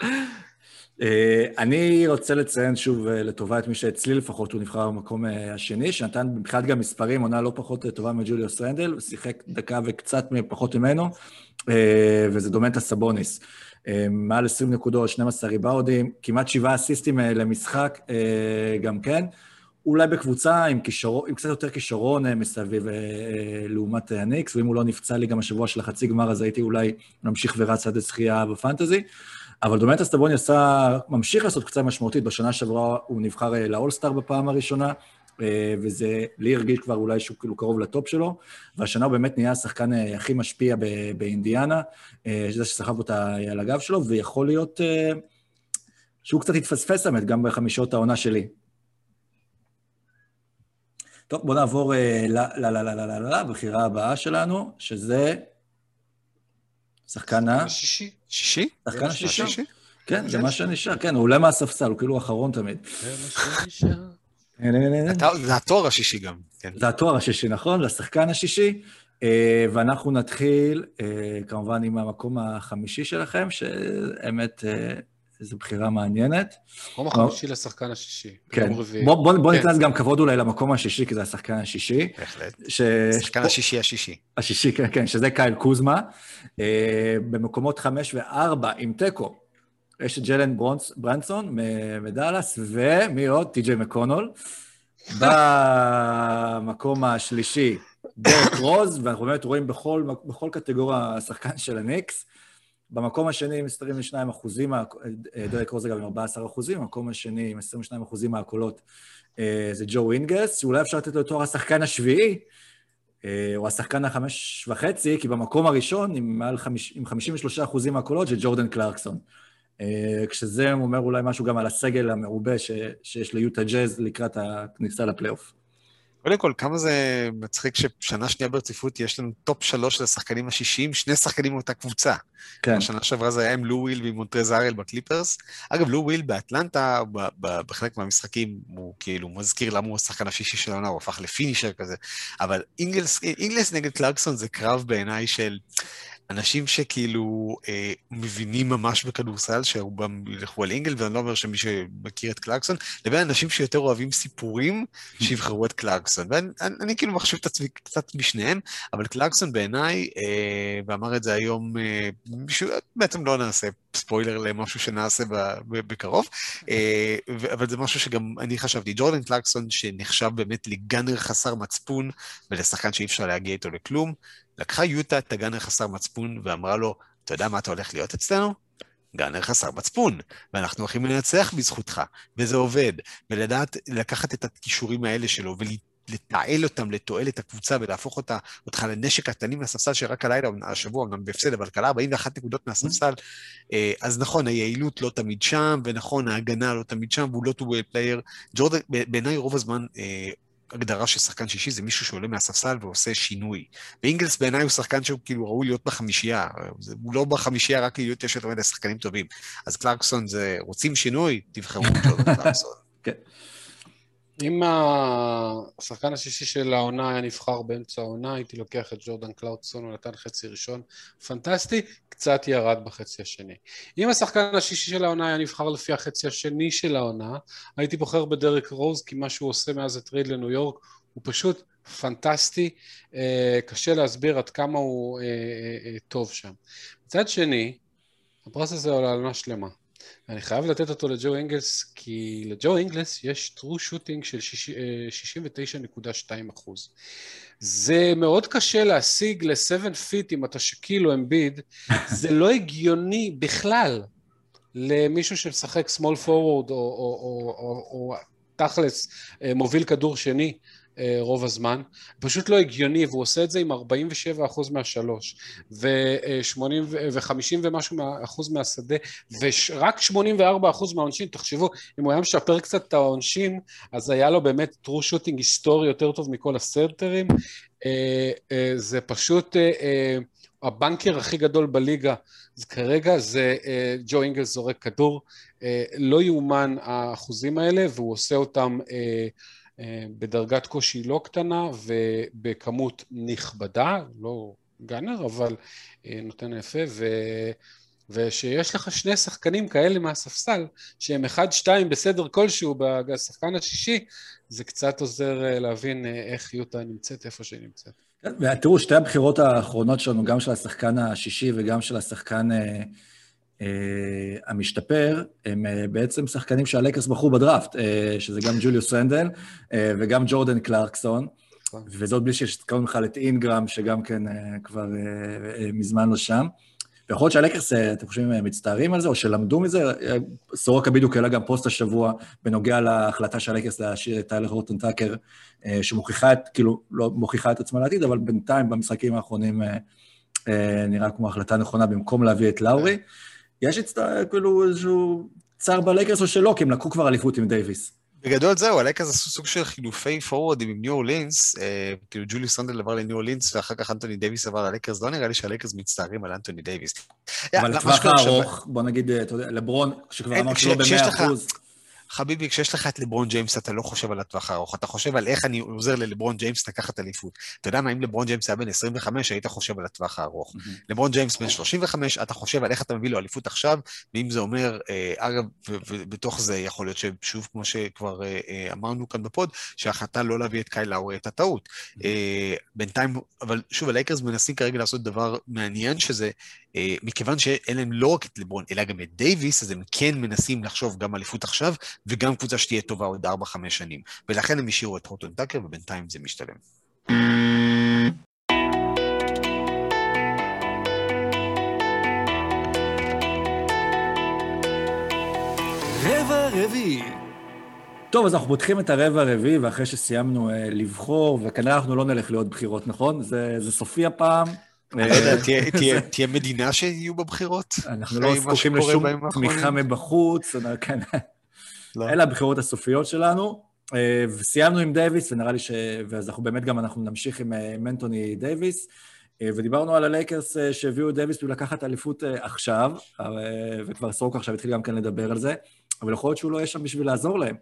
אני רוצה לציין שוב לטובה את מי שאצלי לפחות, הוא נבחר במקום השני, שנתן מבחינת גם מספרים, עונה לא פחות טובה מג'וליוס רנדל, ושיחק דקה וקצת פחות ממנו, וזה דומנטה סבוניס. מעל 20 נקודות, 12 ריבאודים, כמעט 7 אסיסטים למשחק, גם כן. אולי בקבוצה עם קצת יותר כישרון מסביב לעומת הניקס, ואם הוא לא נפצע לי גם השבוע של החצי גמר, אז הייתי אולי ממשיך ורץ עד הזכייה בפנטזי. אבל דומנטה סבוניס ממשיך לעשות קצת משמעותית, בשנה שעברה הוא נבחר לאולסטאר בפעם הראשונה, וזה לי הרגיש כבר אולי שהוא כאילו קרוב לטופ שלו, והשנה הוא באמת נהיה השחקן הכי משפיע באינדיאנה, שזה שסחב אותה על הגב שלו, ויכול להיות שהוא קצת התפספס באמת גם בחמישות העונה שלי. טוב, בואו נעבור לבחירה הבאה שלנו, שזה שחקן שישי? שחקן השישי? כן, זה מה שנשאר, כן, הוא עולה מהספסל, הוא כאילו האחרון תמיד. זה מה שנשאר. זה התואר השישי גם. זה התואר השישי, נכון? זה השחקן השישי, ואנחנו נתחיל כמובן עם המקום החמישי שלכם, שאמת זו בחירה מעניינת. מקום החמישי לשחקן השישי. כן, בוא ניתן גם כבוד אולי למקום השישי, כי זה השחקן השישי. בהחלט. השחקן השישי. השישי, כן, שזה קייל קוזמה. במקומות 5 ו-4 עם טקו. יש את ג'לן ברנסון מדלס, ומי עוד? טי.ג'יי מקונול. במקום השלישי, דרק רוז, ואנחנו באמת רואים בכל קטגוריה השחקן של הניקס. במקום השני עם 22%, דרק רוז אגב עם 14%, במקום השני עם 22% מהקולות זה ג'ו אינגלס, שאולי אפשר לתת לו תואר השחקן השביעי, או השחקן ה5.5, כי במקום הראשון עם 53% מהקולות זה ג'ורדן קלרקסון. כשזה אומר אולי משהו גם על הסגל המעובה שיש ליוטה ג'אז לקראת הכניסה לפלייאוף. קודם כל, כמה זה מצחיק ששנה שנייה ברציפות יש לנו טופ 3 לשחקנים השישיים, 2 שחקנים מאותה קבוצה. כן. השנה שעברה זה היה עם לו וויל ועם מונטרז ארל בקליפרס. אגב, לו וויל באטלנטה, בחלק מהמשחקים, הוא כאילו מזכיר למה הוא השחקן השישי של העונה, הוא הפך לפינישר כזה. אבל אינגלס נגד קלרקסון זה קרב בעיניי של... אנשים שכאילו מבינים ממש בכדורסל, שרובם ילכו על אינגל, ואני לא אומר שמי שמכיר את קלרקסון, לבין אנשים שיותר אוהבים סיפורים, שיבחרו את קלרקסון. ואני כאילו מחשיב את עצמי קצת משניהם, אבל קלרקסון בעיניי, ואמר את זה היום, בעצם לא נעשה ספוילר למשהו שנעשה בקרוב, אבל זה משהו שגם אני חשבתי, ג'ורדן קלרקסון, שנחשב באמת לגאנר חסר מצפון, ולשחקן שאי אפשר להגיע איתו לכלום, לקחה יוטה את הגאנר חסר מצפון, ואמרה לו, אתה יודע מה אתה הולך להיות אצלנו? גאנר חסר מצפון, ואנחנו הולכים לנצח בזכותך, וזה עובד, ולדעת לקחת את הכישורים האלה שלו, לתעל אותם לתועלת הקבוצה ולהפוך אותך לנשק קטנים מהספסל שרק הלילה, השבוע אמנם בהפסד, אבל קלה 41 נקודות מהספסל, אז נכון, היעילות לא תמיד שם, ונכון, ההגנה לא תמיד שם, והוא לא טו-ווי פלייר. ג'ורדן, בעיניי רוב הזמן, הגדרה של שחקן שישי זה מישהו שעולה מהספסל ועושה שינוי. ואינגלס בעיניי הוא שחקן שהוא כאילו ראוי להיות בחמישייה, הוא לא בחמישייה רק להיות יש יותר שחקנים טובים. אז קלרקסון זה, רוצים שינוי? תבחרו ג'ורדן קלרקסון. כן. אם השחקן השישי של העונה היה נבחר באמצע העונה, הייתי לוקח את ג'ורדן קלרקסון, הוא נתן חצי ראשון, פנטסטי, קצת ירד בחצי השני. אם השחקן השישי של העונה היה נבחר לפי החצי השני של העונה, הייתי בוחר בדרק רוז, כי מה שהוא עושה מאז הטרייד לניו יורק, הוא פשוט פנטסטי, קשה להסביר עד כמה הוא טוב שם. מצד שני, הפרס הזה עולה על מה שלמה. אני חייב לתת אותו לג'ו אינגלס, כי לג'ו אינגלס יש טרו שוטינג של 69.2%. זה מאוד קשה להשיג ל7 פיט אם אתה שקיל או אמביד, זה לא הגיוני בכלל למישהו שמשחק small forward או תכלס מוביל כדור שני רוב הזמן, פשוט לא הגיוני, והוא עושה את זה עם 47% מהשלוש, ו-50 ומשהו אחוז מהשדה, ורק 84% מהעונשין. תחשבו, אם הוא היה משפר קצת את העונשין, אז היה לו באמת טרו שוטינג היסטורי יותר טוב מכל הסרטרים. זה פשוט הבנקר הכי גדול בליגה, אז כרגע זה ג'ו אינגלס זורק כדור, לא יאומן האחוזים האלה, והוא עושה אותם בדרגת קושי לא קטנה ובכמות נכבדה, לא גאנר, אבל נותן יפה, ושיש לך שני שחקנים כאלה מהספסל, שהם 1-2 בסדר כלשהו בשחקן השישי, זה קצת עוזר להבין איך יוטה נמצאת, איפה שהיא נמצאת. ותראו, שתי הבחירות האחרונות שלנו, גם של השחקן השישי וגם של השחקן המשתפר, הם בעצם שחקנים שהלקרס בחרו בדראפט, שזה גם ג'וליוס רנדל וגם ג'ורדן קלרקסון, וזאת בלי שתקראים בכלל את אינגרם, שגם כן כבר מזמן לא שם. ויכול להיות שהלקרס, אתם חושבים, מצטערים על זה, או שלמדו מזה, סורוקה בדיוק העלה גם פוסט השבוע, בנוגע להחלטה של הלקרס להשאיר את טיילר הורטון טאקר, שמוכיחה, כאילו, לא מוכיחה את עצמה לעתיד, אבל בינתיים במשחקים האחרונים נראה כמו החלטה נכונה, במקום להביא את לאורי. יש כאילו איזשהו צער בלקרס או שלא, כי הם לקחו כבר אליפות עם דייביס. בגדול זהו, הלקרס עשו סוג של חילופי פורורדים עם ניו אורלינס, כאילו ג'וליוס רנדל עבר לניו אורלינס, ואחר כך אנטוני דייביס עבר ללקרס, לא נראה לי שהלקרס מצטערים על אנטוני דייביס. אבל לטווח הארוך, בוא נגיד, אתה יודע, לברון, שכבר אמר שלא ב100%. חביבי, כשיש לך את לברון ג'יימס, אתה לא חושב על הטווח הארוך, אתה חושב על איך אני עוזר ללברון ג'יימס לקחת אליפות. אתה יודע מה, אם לברון ג'יימס היה בן 25, היית חושב על הטווח הארוך. לברון ג'יימס בן 35, אתה חושב על איך אתה מביא לו אליפות עכשיו, ואם זה אומר, אגב, ובתוך זה יכול להיות ששוב, כמו שכבר אמרנו כאן בפוד, שההחלטה לא להביא את קייל לאורי את הטעות. בינתיים, אבל שוב, הלייקרס מנסים כרגע לעשות דבר מעניין, שזה מכיוון שאין להם לא רק את לברון, אלא גם את דייביס, אז הם כן מנסים לחשוב גם אליפות עכשיו, וגם קבוצה שתהיה טובה עוד 4-5 שנים. ולכן הם השאירו את הורטון טאקר, ובינתיים זה משתלם. רבע רביעי. טוב, אז אנחנו פותחים את הרבע הרביעי, ואחרי שסיימנו לבחור, וכנראה אנחנו לא נלך לעוד בחירות, נכון? זה סופי הפעם. תהיה מדינה שיהיו בבחירות? אנחנו לא זקוקים לשום תמיכה מבחוץ, אלה הבחירות הסופיות שלנו, וסיימנו עם דייביס, ונראה לי ואז אנחנו באמת גם אנחנו נמשיך עם מנטוני דייביס, ודיברנו על הלייקרס שהביאו דייביס ולקחת אליפות עכשיו, וכבר סורוקה עכשיו התחיל גם כן לדבר על זה, אבל יכול להיות שהוא לא יהיה שם בשביל לעזור להם.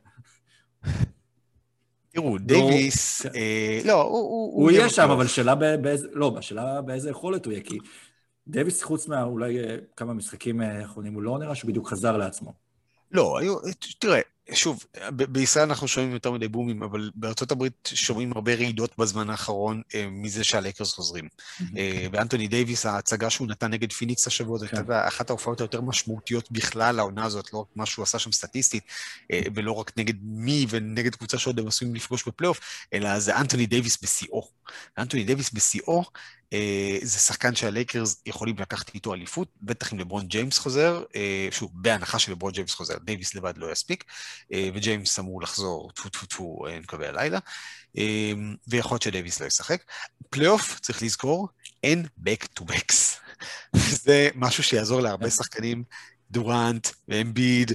תראו, דייביס, לא, הוא יהיה שם, אבל שאלה באיזה יכולת הוא יהיה, כי דייביס, חוץ אולי כמה משחקים האחרונים, הוא לא נראה שהוא בדיוק חזר לעצמו. לא, תראה, שוב, בישראל אנחנו שומעים יותר מדי בומים, אבל בארצות הברית שומעים הרבה רעידות בזמן האחרון מזה שהלייקרס חוזרים. ואנטוני דייביס, ההצגה שהוא נתן נגד פיניקס השבוע, זאת הייתה אחת ההופעות היותר משמעותיות בכלל העונה הזאת, לא רק מה שהוא עשה שם סטטיסטית, ולא רק נגד מי ונגד קבוצה שעוד הם עשויים לפגוש בפלייאוף, אלא זה אנטוני דייביס בשיאו. אנטוני דייביס בשיאו, זה שחקן שהלייקרס יכולים לקחת איתו אליפות, בטח אם לברון ג'יימס חוזר, שוב, בהנחה של לברון ג'יימס חוזר, דייביס לבד לא יספיק, וג'יימס אמור לחזור, טפו, נקווה הלילה, ויכול להיות שדייביס לא ישחק. פלייאוף, צריך לזכור, אין back to backs. זה משהו שיעזור להרבה שחקנים, דורנט, ואמביד,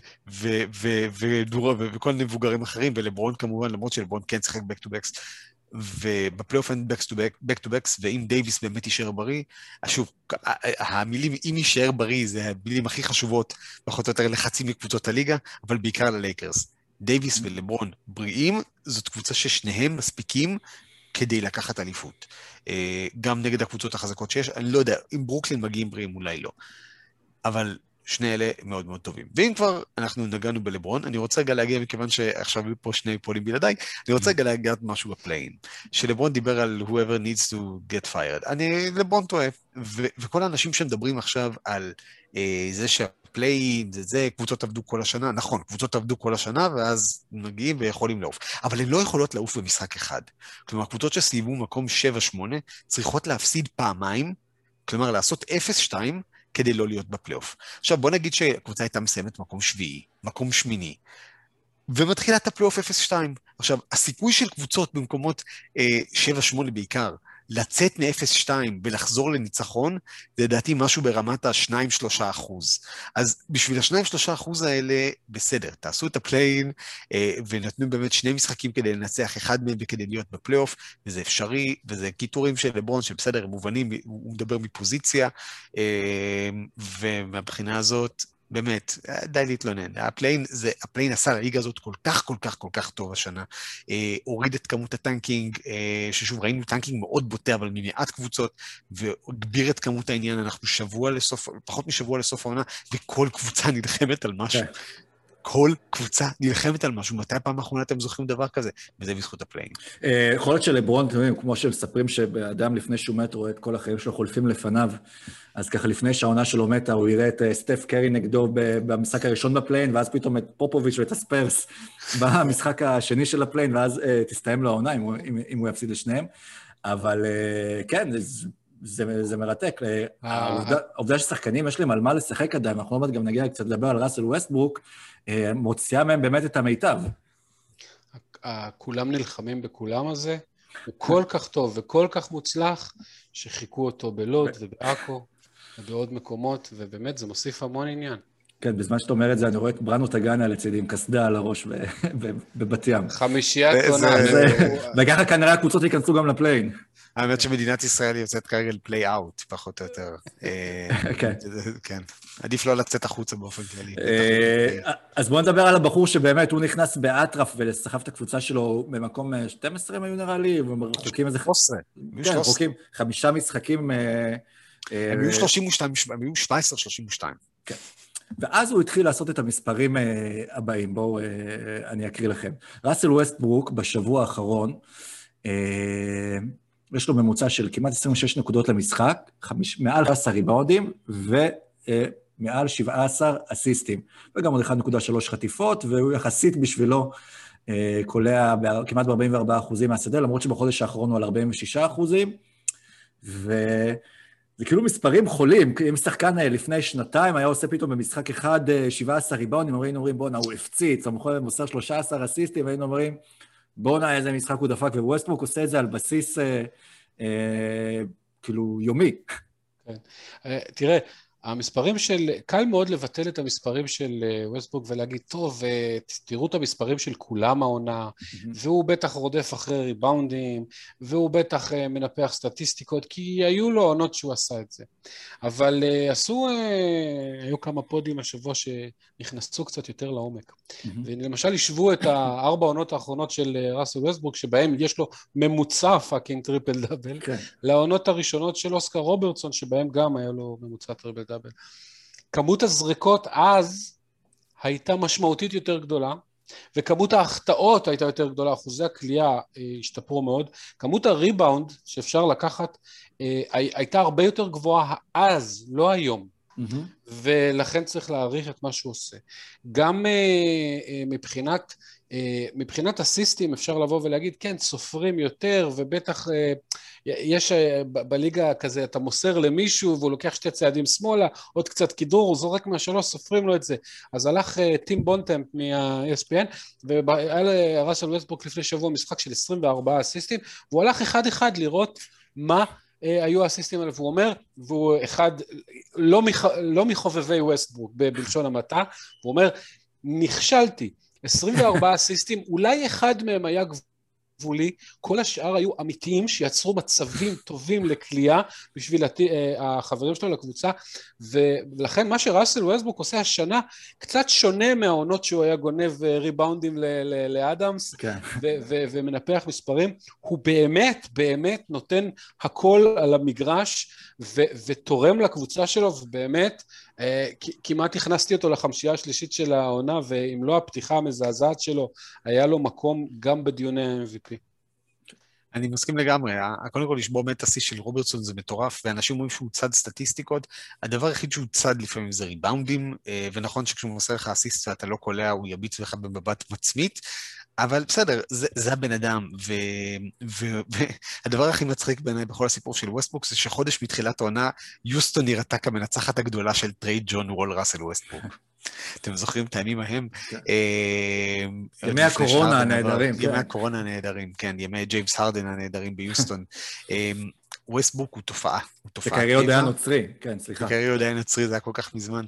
וכל מבוגרים אחרים, ולברון כמובן, למרות שלברון כן צריך back to backs, ובפלייאוף אין back to backs, ואם דייביס באמת יישאר בריא, שוב, המילים אם יישאר בריא, זה המילים הכי חשובות, פחות או יותר לחצי מקבוצות הליגה, אבל בעיקר ללייקרס. דייביס ולברון בריאים, זאת קבוצה ששניהם מספיקים כדי לקחת אליפות. גם נגד הקבוצות החזקות שיש, אני לא יודע, אם ברוקלין מגיעים בריאים, אולי לא. אבל שני אלה מאוד מאוד טובים. ואם כבר אנחנו נגענו בלברון, אני רוצה רגע להגיע, מכיוון שעכשיו היו פה שני פולים בלעדיי, אני רוצה רגע להגיע משהו בפליין, שלברון דיבר על whoever needs to get fired. לברון טועה, וכל האנשים שמדברים עכשיו על זה שהפליין, זה, קבוצות עבדו כל השנה, נכון, קבוצות עבדו כל השנה, ואז מגיעים ויכולים לעוף. אבל הן לא יכולות לעוף במשחק אחד. כלומר, קבוצות שסיימו מקום 7-8, צריכות להפסיד פעמיים, כלומר, לעשות 0-2, כדי לא להיות בפלייאוף. עכשיו, בוא נגיד שהקבוצה הייתה מסיימת מקום שביעי, מקום שמיני, ומתחילה את הפלייאוף 0-2. עכשיו, הסיכוי של קבוצות במקומות 7-8 בעיקר, לצאת מ-0-2 ולחזור לניצחון, זה לדעתי משהו ברמת ה-2-3%. אז בשביל ה-2-3% האלה, בסדר, תעשו את הפליין, ונתנו באמת שני משחקים כדי לנצח אחד מהם וכדי להיות בפלייאוף, וזה אפשרי, וזה קיטורים של לברון, שבסדר, הם מובנים, הוא מדבר מפוזיציה, ומהבחינה הזאת, באמת, די להתלונן. הפליין עשה לליגה הזאת כל כך טוב השנה. הוריד את כמות הטנקינג, ששוב ראינו טנקינג מאוד בוטה, אבל ממעט קבוצות, והגביר את כמות העניין. אנחנו פחות משבוע לסוף העונה, וכל קבוצה נלחמת על משהו. כל קבוצה נלחמת על משהו. מתי הפעם האחרונה אתם זוכרים דבר כזה? וזה בזכות הפליין. יכול להיות שלברון, כמו שמספרים שאדם לפני שהוא מת רואה את כל החיים שלו חולפים לפניו, אז ככה לפני שהעונה שלו מתה, הוא יראה את סטף קרי נגדו במשחק הראשון בפליין, ואז פתאום את פופוביץ' ואת הספרס במשחק השני של הפליין, ואז תסתיים לו העונה אם הוא יפסיד לשניהם. אבל כן, זה מרתק. העובדה ששחקנים יש להם על מה לשחק עדיין, אנחנו עוד גם נגיע קצת לדבר על ראסל ווסטברוק, מוציאה מהם באמת את המיטב. כולם נלחמים בכולם הזה, הוא כל כך טוב וכל כך מוצלח, שחיכו אותו בלוד ובעכו ובעוד מקומות, ובאמת זה מוסיף המון עניין. כן, בזמן שאתה אומר את זה, אני רואה את בראנו טגנה לצידי עם קסדה על הראש בבת ים. חמישיית עונה. וככה כנראה הקבוצות ייכנסו גם לפליין. האמת שמדינת ישראל יוצאת כרגע לפליי אאוט, פחות או יותר. כן. עדיף לא לצאת החוצה באופן כללי. אז בואו נדבר על הבחור שבאמת הוא נכנס באטרף ולסחב את הקבוצה שלו במקום 12, הם היו נראה לי, ורחוקים איזה... 13. כן, רחוקים 5 משחקים... הם היו 32, הם היו 17-32. כן. ואז הוא התחיל לעשות את המספרים הבאים, בואו אני אקריא לכם. ראסל ווסטברוק בשבוע האחרון, יש לו ממוצע של כמעט 26 נקודות למשחק, מעל 10 ריבאונדים ומעל 17 אסיסטים, וגם עוד 1.3 חטיפות, והוא יחסית בשבילו קולע כמעט ב-44% מהשדה, למרות שבחודש האחרון הוא על 46%, זה כאילו מספרים חולים, אם שחקן לפני שנתיים היה עושה פתאום במשחק אחד 17 ריבאונדים, היינו אומרים בואנה הוא הפציץ, או מוסר 13 אסיסטים, והיינו אומרים בואנה איזה משחק הוא דפק, וווסטברוק עושה את זה על בסיס כאילו יומי. כן. תראה, המספרים קל מאוד לבטל את המספרים של ווסטברוק ולהגיד, טוב, תראו את המספרים של כולם העונה, והוא בטח רודף אחרי ריבאונדים, והוא בטח מנפח סטטיסטיקות, כי היו לו עונות שהוא עשה את זה. אבל היו כמה פודים השבוע שנכנסו קצת יותר לעומק. ולמשל השוו את 4 עונות האחרונות של ראסל ווסטברוק, שבהם יש לו ממוצע פאקינג טריפל דאבל, לעונות הראשונות של אוסקר רוברטסון, שבהם גם היה לו ממוצע טריפל דאבל. כמות הזריקות אז הייתה משמעותית יותר גדולה, וכמות ההחטאות הייתה יותר גדולה, אחוזי הקליעה השתפרו מאוד, כמות הריבאונד שאפשר לקחת הייתה הרבה יותר גבוהה אז, לא היום, ולכן צריך להעריך את מה שהוא עושה. גם מבחינת הסיסטים אפשר לבוא ולהגיד, כן, סופרים יותר, ובטח יש בליגה כזה, אתה מוסר למישהו, והוא לוקח 2 צעדים שמאלה, עוד קצת כידור, הוא זורק מהשלוש, סופרים לו את זה. אז הלך טים בונטמפ מה-ESPN, והיה ראסל ווסטברוק לפני שבוע משחק של 24 אסיסטים, והוא הלך אחד לראות מה היו האסיסטים האלה, והוא אומר, והוא אחד, לא מחובבי ווסטברוק, בלשון המעטה, הוא אומר, נכשלתי, 24 אסיסטים, אולי אחד מהם היה גבולי, כל השאר היו אמיתיים שיצרו מצבים טובים לקליעה בשביל החברים שלו לקבוצה, ולכן מה שראסל ווסטברוק עושה השנה, קצת שונה מהעונות שהוא היה גונב ריבאונדים לאדמס, ומנפח מספרים, הוא באמת נותן הכל על המגרש, ותורם לקבוצה שלו, ובאמת, כמעט הכנסתי אותו לחמישייה השלישית של העונה, ואם לא הפתיחה המזעזעת שלו, היה לו מקום גם בדיוני ה-MVP. אני מסכים לגמרי, קודם כל לשבור באמת השיא של רוברטסון זה מטורף, ואנשים אומרים שהוא צד סטטיסטיקות, הדבר היחיד שהוא צד לפעמים זה ריבאונדים, ונכון שכשהוא מוסר לך אסיסט ואתה לא קולע, הוא יביץ לך במבט מצמית, אבל בסדר, זה הבן אדם, והדבר הכי מצחיק בעיניי בכל הסיפור של ווסטברוק, זה שחודש מתחילת העונה, יוסטון נראתה כמנצחת הגדולה של טרייד ג'ון וול ראסל ווסטברוק. אתם זוכרים את הימים ההם? ימי הקורונה הנהדרים. ימי הקורונה הנהדרים, כן, ימי ג'יימס הרדן הנהדרים ביוסטון. ווסטברוק הוא תופעה. וקרי עוד היה נוצרי, כן, סליחה. וקרי עוד היה נוצרי, זה היה כל כך מזמן.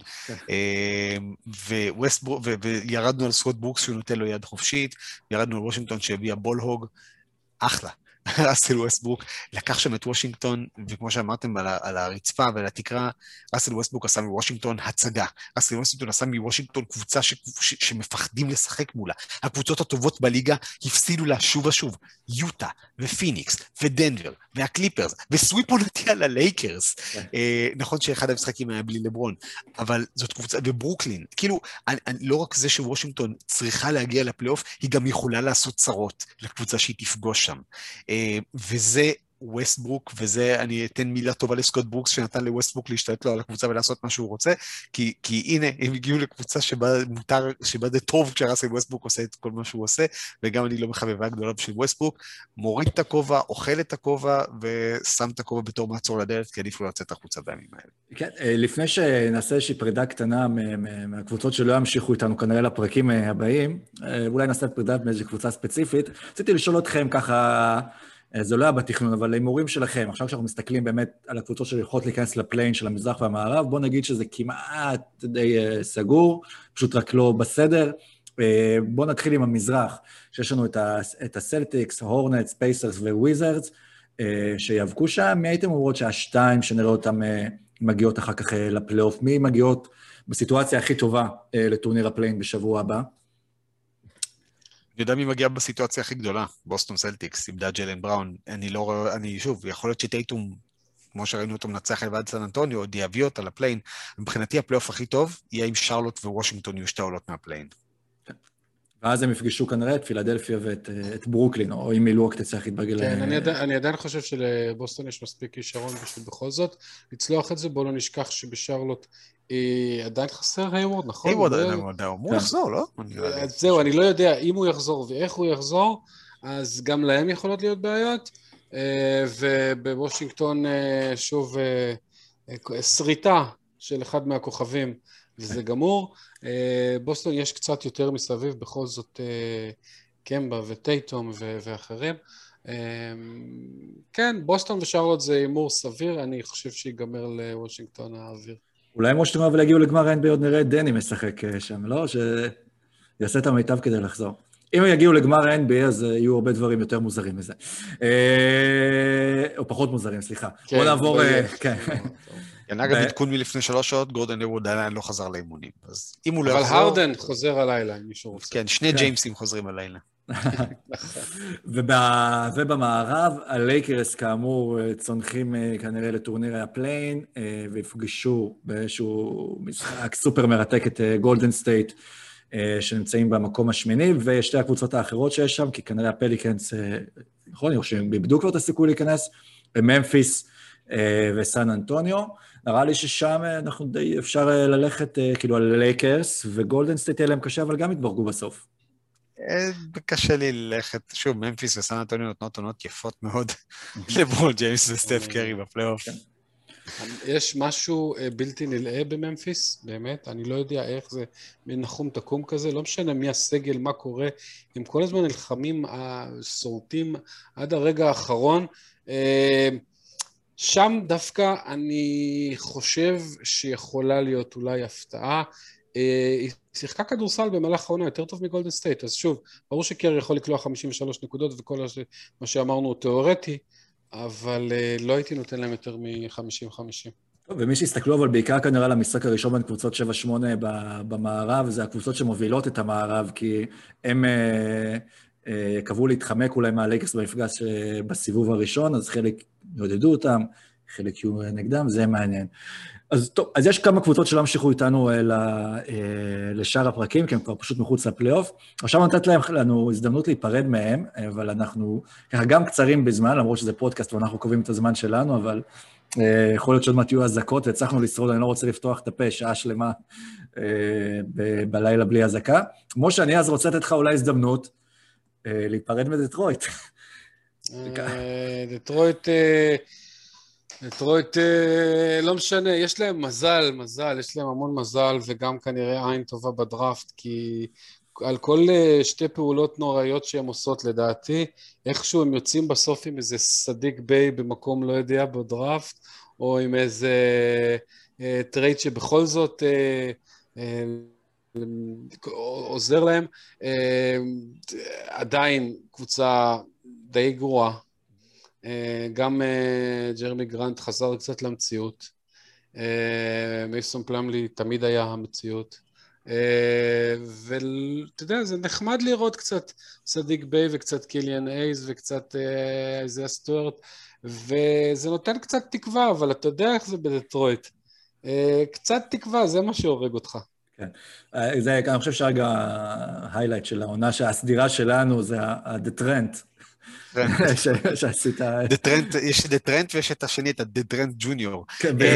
וירדנו על סקוט ברוקס שהוא נותן לו יד חופשית, ירדנו על וושינגטון שהביע בול-הוג, אחלה. ראסל ווסטברוק לקח שם את וושינגטון, וכמו שאמרתם על הרצפה ועל התקרה, ראסל ווסטברוק עשה מוושינגטון הצגה. ראסל ווסטברוק עשה מוושינגטון קבוצה שמפחדים לשחק מולה. הקבוצות הטובות בליגה הפסידו לה שוב ושוב. יוטה ופיניקס ודנבר והקליפרס וסוויפ עונתי על הלייקרס. נכון שאחד המשחקים היה בלי לברון, אבל זאת קבוצה, וברוקלין, כאילו, לא רק זה שוושינגטון צריכה להגיע לפלייאוף, היא גם יכולה לעשות צרות לקבוצה שהיא תפגוש שם. וזה ווסטברוק, וזה אני אתן מילה טובה לסקוט ברוקס שנתן לווסטברוק להשתלט לו על הקבוצה ולעשות מה שהוא רוצה, כי הנה הם הגיעו לקבוצה שבה זה טוב כשראסל ווסטברוק עושה את כל מה שהוא עושה, וגם אני לא מחבבה גדולה בשביל ווסטברוק, מוריד את הכובע, אוכל את הכובע ושם את הכובע בתור מעצור לדלת, כי עדיף לא לצאת החוצה בימים האלה. כן, לפני שנעשה איזושהי פרידה קטנה מהקבוצות שלא ימשיכו איתנו כנראה לפרקים הבאים, אולי נעשה פרידה מאיזושהי קבוצה ספציפית, רציתי לשאול אתכם ככה, זה לא היה בתכנון, אבל להימורים שלכם, עכשיו שאנחנו מסתכלים באמת על הקבוצות שיכולות להיכנס לפליין של המזרח והמערב, בואו נגיד שזה כמעט די סגור, פשוט רק לא בסדר. בואו נתחיל עם המזרח, שיש לנו את הסלטיקס, הורנטס, פייסרס וויזרדס, שיאבקו שם. מי הייתם אומרות שהשתיים שנראה אותם מגיעות אחר כך לפלייאוף? מי מגיעות בסיטואציה הכי טובה לטורניר הפליין בשבוע הבא? אני יודע מי מגיע בסיטואציה הכי גדולה, בוסטון סלטיקס, איבדה ג'יילן בראון. שוב, יכול להיות שטייטום, כמו שראינו אותו מנצח לבד סן אנטוניו, עוד יביא אותה לפליין. מבחינתי הפלייאוף הכי טוב יהיה עם שרלוט ווושינגטון יהיו שתי עולות מהפליין. ואז הם יפגשו כנראה את פילדלפיה ואת ברוקלין, או אם מילואק תצטרך להתברגל. כן, אני עדיין חושב שלבוסטון יש מספיק כישרון בשביל בכל זאת. לצלוח את זה, בואו לא נשכח שבשרלוט עדיין חסר הייוורד, נכון? הייוורד הוא יחזור, לא? זהו, אני לא יודע אם הוא יחזור ואיך הוא יחזור, אז גם להם יכולות להיות בעיות, ובוושינגטון שוב שריטה של אחד מהכוכבים, וזה גמור. בוסטון יש קצת יותר מסביב, בכל זאת קמבה וטייטום ואחרים. כן, בוסטון ושרלוט זה אימור סביר, אני חושב שיגמר לוושינגטון האוויר. אולי הם רושמים אבל יגיעו לגמר NBA, עוד נראה את דני משחק שם, לא? שיעשה את המיטב כדי לחזור. אם הם יגיעו לגמר NBA, אז יהיו הרבה דברים יותר מוזרים מזה. או פחות מוזרים, סליחה. בוא נעבור... כן. אגב, עדכון מלפני 3 שעות, גורדן היווד עדיין לא חזר לאימונים. אז אם הוא לא אבל יחזור... הרדן חוזר הלילה, אם מישהו רוצה. כן, 2 ג'יימסים חוזרים הלילה. ובמערב, הלייקרס כאמור צונחים כנראה לטורניר הפליין, ויפגשו באיזשהו משחק סופר מרתק את גולדן סטייט, שנמצאים במקום השמיני, ושתי הקבוצות האחרות שיש שם, כי כנראה הפליקנס, נכון, שהם איבדו כבר את הסיכוי להיכנס, ממפיס וסן אנטוניו. נראה לי ששם אנחנו די אפשר ללכת כאילו על לייקרס, וגולדן סטייט יהיה להם קשה, אבל גם התברגו בסוף. קשה לי ללכת, שוב, ממפיס וסן אנטוניו נותנות עונות יפות מאוד לברון ג'יימס וסטף קרי בפלייאוף. יש משהו בלתי נלאה בממפיס, באמת, אני לא יודע איך זה מנחום תקום כזה, לא משנה מי הסגל, מה קורה, הם כל הזמן נלחמים, שורטים עד הרגע האחרון, שם דווקא אני חושב שיכולה להיות אולי הפתעה, היא שיחקה כדורסל במהלך העונה יותר טוב מגולדן סטייט, אז שוב, ברור שקרי יכול לקלוע 53 נקודות וכל מה שאמרנו הוא תיאורטי, אבל לא הייתי נותן להם יותר מ-50-50. ומי שהסתכלו אבל בעיקר כנראה למשחק הראשון בין קבוצות 7-8 במערב, זה הקבוצות שמובילות את המערב, כי הם קבעו להתחמק אולי מהלייקרס במפגש בסיבוב הראשון, אז חלק יעודדו אותם, חלק יהיו נגדם, זה מעניין. אז טוב, אז יש כמה קבוצות שלא המשיכו איתנו לשאר הפרקים, כי הם כבר פשוט מחוץ לפלייאוף. עכשיו נתת לנו הזדמנות להיפרד מהם, אבל אנחנו ככה גם קצרים בזמן, למרות שזה פודקאסט ואנחנו קובעים את הזמן שלנו, אבל יכול להיות שעוד מעט יהיו הזקות, והצלחנו לשרוד, אני לא רוצה לפתוח את הפה שעה שלמה בלילה בלי הזקה. כמו שאני אז רוצה לתת לך אולי הזדמנות להיפרד מדטרויט. דטרויט, לא משנה, יש להם מזל, יש להם המון מזל, וגם כנראה עין טובה בדראפט, כי על כל שתי פעולות נוראיות שהן עושות לדעתי, איכשהו הם יוצאים בסוף עם איזה סדיק ביי במקום לא יודע בדראפט, או עם איזה טרייד שבכל זאת עוזר להם, עדיין קבוצה די גרועה, גם ג'רמי גרנט חזר קצת למציאות, מייסון פלמלי תמיד היה המציאות, ואתה יודע, זה נחמד לראות קצת סדיק ביי וקצת קיליאן אייז וקצת איזיה סטוארט, וזה נותן קצת תקווה, אבל אתה יודע איך זה בדטרויט, קצת תקווה, זה מה שהורג אותך. כן, אני חושב שהרגע ההיילייט של העונה, שהסדירה שלנו זה הדטרנט, שעשית... יש דטרנט ויש את השני, את הדטרנט ג'וניור.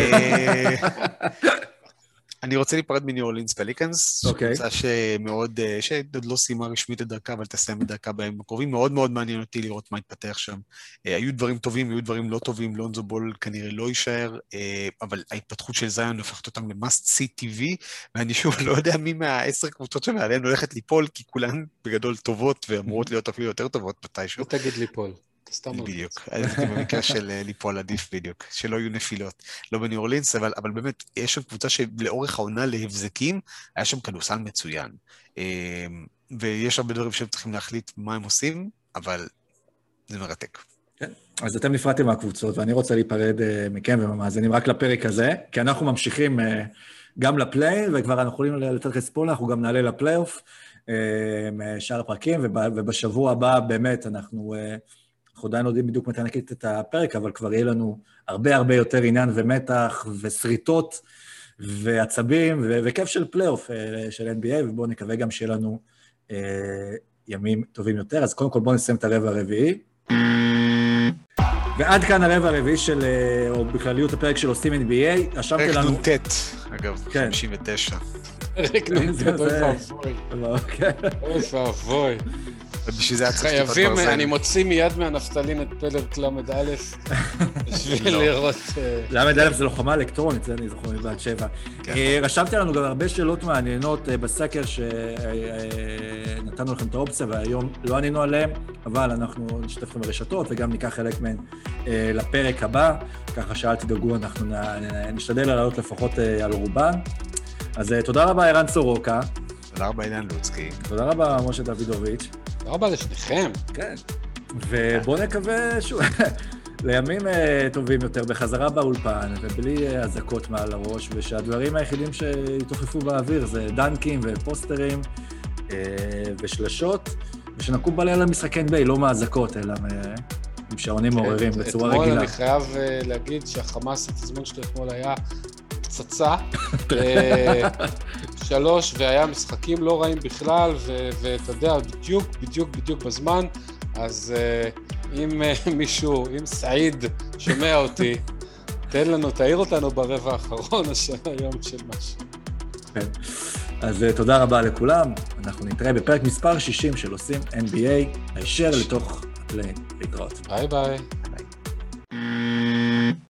אני רוצה להיפרד מניו אורלינס פליקנס, קבוצה שמאוד, שעוד לא סיימה רשמית את דרכה, אבל תסיים את דרכה בהם הקרובים, מאוד מאוד מעניין אותי לראות מה התפתח שם. היו דברים טובים, היו דברים לא טובים, לונזו בול כנראה לא יישאר, אבל ההתפתחות של זיון הופכת אותם למאסט CTV, ואני שוב לא יודע מי מה10 קבוצות שמעליהן הולכת ליפול, כי כולן בגדול טובות, ואמורות להיות אפילו יותר טובות מתישהו. לא תגיד ליפול. בדיוק, במקרה של ליפול עדיף בדיוק, שלא יהיו נפילות, לא בניו אורלינס, אבל באמת יש שם קבוצה שלאורך העונה להבזקים, היה שם כדורסל מצוין, ויש הרבה דברים שהם צריכים להחליט מה הם עושים, אבל זה מרתק. כן, אז אתם נפרדתם מהקבוצות, ואני רוצה להיפרד מכם ומאזינים רק לפרק הזה, כי אנחנו ממשיכים גם לפליי, וכבר אנחנו יכולים לתת ספוילר, אנחנו גם נעלה לפלייאוף, שאר הפרקים, ובשבוע הבא באמת אנחנו עדיין לא יודעים בדיוק מתי נקליט את הפרק, אבל כבר יהיה לנו הרבה יותר עניין ומתח ושריטות ועצבים וכיף של פלייאוף של NBA, ובואו נקווה גם שיהיה לנו ימים טובים יותר. אז קודם כל בואו נסיים את הרבע הרביעי. ועד כאן הרבע הרביעי של, או בכלליות הפרק של עושים NBA. פרק נ"ט, אגב, 59. פרק נ"ט, אוי ואבוי. אוי ואבוי. ובשביל זה היה צריך טיפת חייבים, ברזל. אני מוציא מיד מהנפתלין את פלר למד א', בשביל לראות... למד א' זה לוחמה אלקטרונית, זה אני זוכר מבעד 7. רשמתי לנו גם הרבה שאלות מעניינות בסקר שנתנו לכם את האופציה, והיום לא ענינו עליהם, אבל אנחנו נשתף לכם ברשתות, וגם ניקח חלק מהן לפרק הבא, ככה שאל תדאגו, אנחנו נשתדל לעלות לפחות על רובן. אז תודה רבה, ערן סורוקה. תודה רבה, אילן לוצקי. תודה רבה, משה דוידוביץ'. תודה רבה לשניכם. כן. ובואו נקווה שוב, לימים טובים יותר בחזרה באולפן, ובלי אזעקות מעל הראש, ושהדברים היחידים שיתופפו באוויר זה דנקים ופוסטרים ושלשות, ושנקום בלילה משחקי NBA, לא מהאזעקות, אלא עם שעונים מעוררים בצורה רגילה. אתמול אני חייב להגיד שהחמאס, התזמון שלו אתמול היה פצצה, 3, והיה משחקים לא רעים בכלל, ואתה יודע, בדיוק בזמן, אז אם מישהו, אם סעיד שומע אותי, תעיר אותנו ברבע האחרון היום של משהו. כן. אז תודה רבה לכולם, אנחנו נתראה בפרק מספר 60 של עושים NBA, הישר לתוך הפליין. להתראות. ביי ביי.